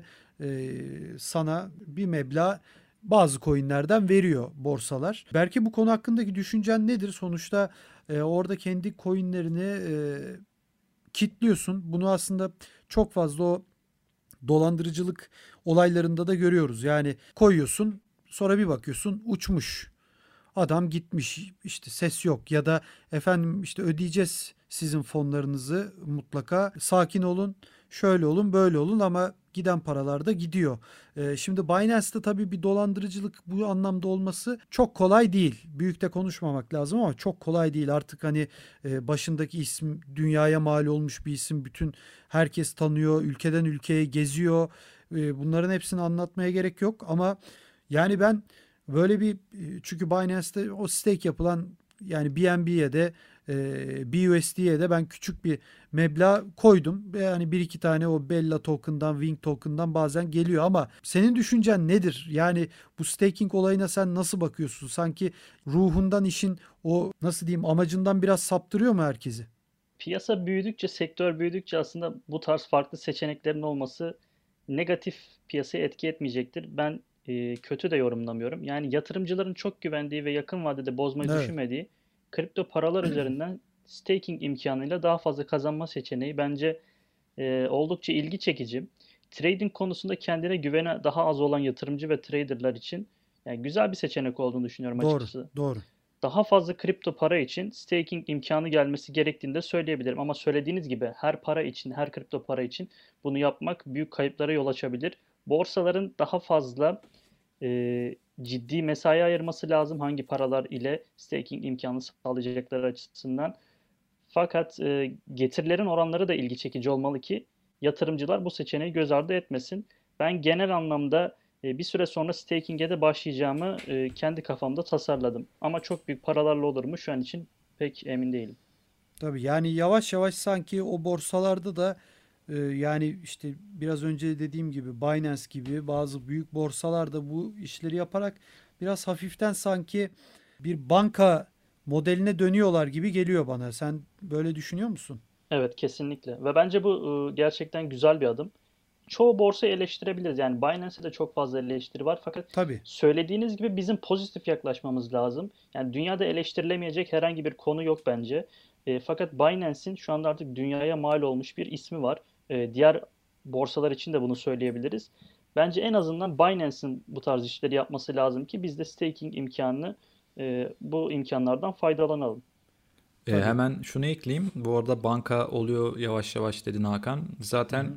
sana bir meblağ bazı coinlerden veriyor borsalar. Belki bu konu hakkındaki düşüncen nedir? Sonuçta orada kendi coinlerini kitliyorsun. Bunu aslında çok fazla o dolandırıcılık olaylarında da görüyoruz. Yani koyuyorsun, sonra bir bakıyorsun uçmuş. Adam gitmiş, işte ses yok ya da efendim işte ödeyeceğiz sizin fonlarınızı, mutlaka sakin olun, şöyle olun, böyle olun, ama giden paralar da gidiyor. Şimdi Binance'da tabii bir dolandırıcılık bu anlamda olması çok kolay değil. Büyük de konuşmamak lazım ama çok kolay değil. Artık hani başındaki isim dünyaya mal olmuş bir isim. Bütün herkes tanıyor. Ülkeden ülkeye geziyor. Bunların hepsini anlatmaya gerek yok ama yani ben böyle bir, çünkü Binance'te o stake yapılan, yani BNB'ye de BUSD'ye de ben küçük bir meblağ koydum. Yani bir iki tane o Bella token'dan, Wing token'dan bazen geliyor ama senin düşüncen nedir? Yani bu staking olayına sen nasıl bakıyorsun? Sanki ruhundan işin, o nasıl diyeyim, amacından biraz saptırıyor mu herkesi? Piyasa büyüdükçe, sektör büyüdükçe aslında bu tarz farklı seçeneklerin olması negatif piyasaya etki etmeyecektir. Ben kötü de yorumlamıyorum. Yani yatırımcıların çok güvendiği ve yakın vadede bozmayı Evet, düşünmediği kripto paralar üzerinden staking imkanıyla daha fazla kazanma seçeneği bence oldukça ilgi çekici. Trading konusunda kendine güvene daha az olan yatırımcı ve traderlar için yani güzel bir seçenek olduğunu düşünüyorum doğru, açıkçası. doğru. Daha fazla kripto para için staking imkanı gelmesi gerektiğini de söyleyebilirim. Ama söylediğiniz gibi her para için, her kripto para için bunu yapmak büyük kayıplara yol açabilir. Borsaların daha fazla ciddi mesai ayırması lazım hangi paralar ile staking imkanı sağlayacakları açısından. Fakat getirilerin oranları da ilgi çekici olmalı ki yatırımcılar bu seçeneği göz ardı etmesin. Ben genel anlamda bir süre sonra staking'e de başlayacağımı kendi kafamda tasarladım. Ama çok büyük paralarla olur mu şu an için pek emin değilim. Tabii, yani yavaş yavaş sanki o borsalarda da yani işte biraz önce dediğim gibi Binance gibi bazı büyük borsalar da bu işleri yaparak biraz hafiften sanki bir banka modeline dönüyorlar gibi geliyor bana. Sen böyle düşünüyor musun? Evet, kesinlikle. Ve bence bu gerçekten güzel bir adım. Çoğu borsayı eleştirebiliriz. Yani Binance'e de çok fazla eleştiri var. Fakat Tabii. söylediğiniz gibi bizim pozitif yaklaşmamız lazım. Yani dünyada eleştirilemeyecek herhangi bir konu yok bence. Fakat Binance'in şu anda artık dünyaya mal olmuş bir ismi var. Diğer borsalar için de bunu söyleyebiliriz. Bence en azından Binance'in bu tarz işleri yapması lazım ki biz de staking imkanını, bu imkanlardan faydalanalım. Tabii. Hemen şunu ekleyeyim. Bu arada banka oluyor yavaş yavaş dedin Hakan. Hı Zaten hı.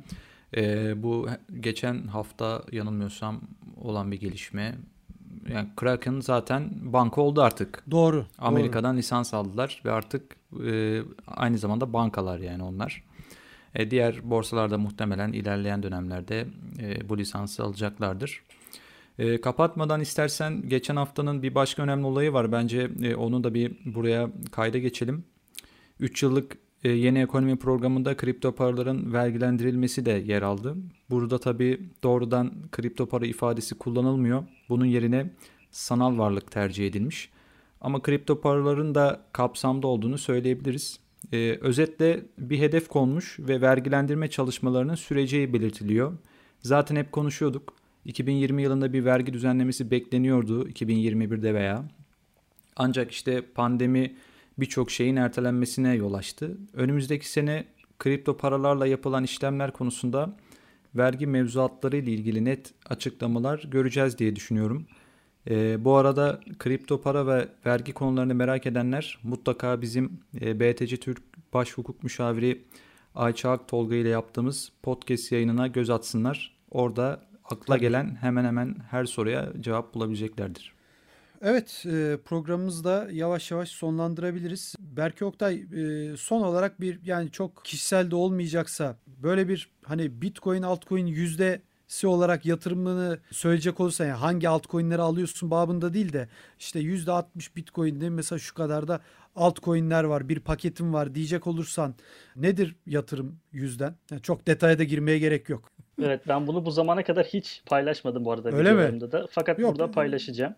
bu geçen hafta yanılmıyorsam olan bir gelişme. Yani Kraken zaten banka oldu artık. Doğru, doğru. Amerika'dan lisans aldılar ve artık aynı zamanda bankalar yani onlar. Diğer borsalarda muhtemelen ilerleyen dönemlerde bu lisansı alacaklardır. Kapatmadan istersen geçen haftanın bir başka önemli olayı var. Bence onu da bir buraya kayda geçelim. 3 yıllık yeni ekonomi programında kripto paraların vergilendirilmesi de yer aldı. Burada tabii doğrudan kripto para ifadesi kullanılmıyor. Bunun yerine sanal varlık tercih edilmiş. Ama kripto paraların da kapsamda olduğunu söyleyebiliriz. Özetle bir hedef konmuş ve vergilendirme çalışmalarının süreceği belirtiliyor. Zaten hep konuşuyorduk. 2020 yılında bir vergi düzenlemesi bekleniyordu 2021'de veya. Ancak işte pandemi birçok şeyin ertelenmesine yol açtı. Önümüzdeki sene kripto paralarla yapılan işlemler konusunda vergi mevzuatları ile ilgili net açıklamalar göreceğiz diye düşünüyorum. Bu arada kripto para ve vergi konularını merak edenler mutlaka bizim BTC Türk Baş Hukuk Müşaviri Ayça Aktolga ile yaptığımız podcast yayınına göz atsınlar. Orada akla Tabii. gelen hemen hemen her soruya cevap bulabileceklerdir. Evet, programımızı da yavaş yavaş sonlandırabiliriz. Berke Oktay, son olarak bir yani çok kişisel de olmayacaksa böyle bir hani Bitcoin altcoin yüzdesi olarak yatırımını söyleyecek olursan yani hangi altcoin'leri alıyorsun babında değil de işte %60 Bitcoin'de mesela şu kadar da altcoin'ler var, bir paketim var diyecek olursan nedir yatırım yüzden? Yani çok detaya da girmeye gerek yok. Evet, ben bunu bu zamana kadar hiç paylaşmadım bu arada Öyle mi? videolarımda da. Fakat Yok. burada paylaşacağım.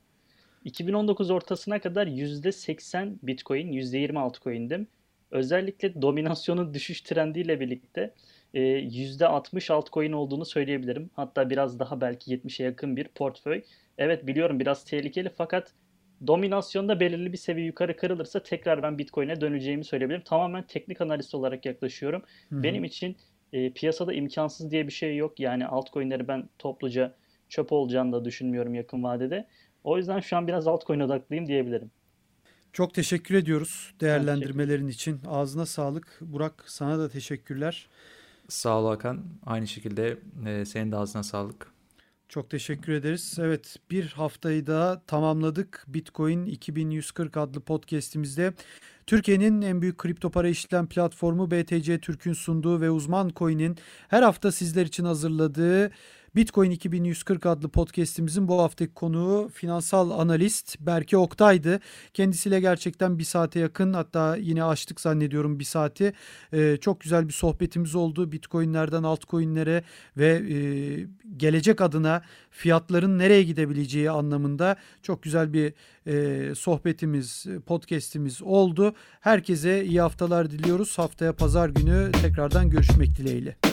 2019 ortasına kadar %80 Bitcoin, %20 altcoin'dim. Özellikle dominasyonun düşüş trendiyle birlikte %60 altcoin olduğunu söyleyebilirim. Hatta biraz daha belki 70'e yakın bir portföy. Evet, biliyorum biraz tehlikeli fakat dominasyonda belirli bir seviye yukarı kırılırsa tekrar ben Bitcoin'e döneceğimi söyleyebilirim. Tamamen teknik analist olarak yaklaşıyorum. Hı hı. Benim için piyasada imkansız diye bir şey yok. Yani altcoin'leri ben topluca çöp olacağını da düşünmüyorum yakın vadede. O yüzden şu an biraz altcoin odaklıyım diyebilirim. Çok teşekkür ediyoruz Ben teşekkür ederim. değerlendirmelerin için. Ağzına sağlık. Burak, sana da teşekkürler. Sağ ol Hakan. Aynı şekilde senin de ağzına sağlık. Çok teşekkür ederiz. Evet, bir haftayı da tamamladık. Bitcoin 2140 adlı podcast'imizde Türkiye'nin en büyük kripto para işlem platformu BTC Türk'ün sunduğu ve uzman coin'in her hafta sizler için hazırladığı Bitcoin 2140 adlı podcast'imizin bu haftaki konuğu finansal analist Berke Oktay'dı. Kendisiyle gerçekten bir saate yakın, hatta yine açtık zannediyorum bir saati. Çok güzel bir sohbetimiz oldu. Bitcoin'lerden altcoin'lere ve gelecek adına fiyatların nereye gidebileceği anlamında çok güzel bir sohbetimiz, podcast'imiz oldu. Herkese iyi haftalar diliyoruz. Haftaya pazar günü tekrardan görüşmek dileğiyle.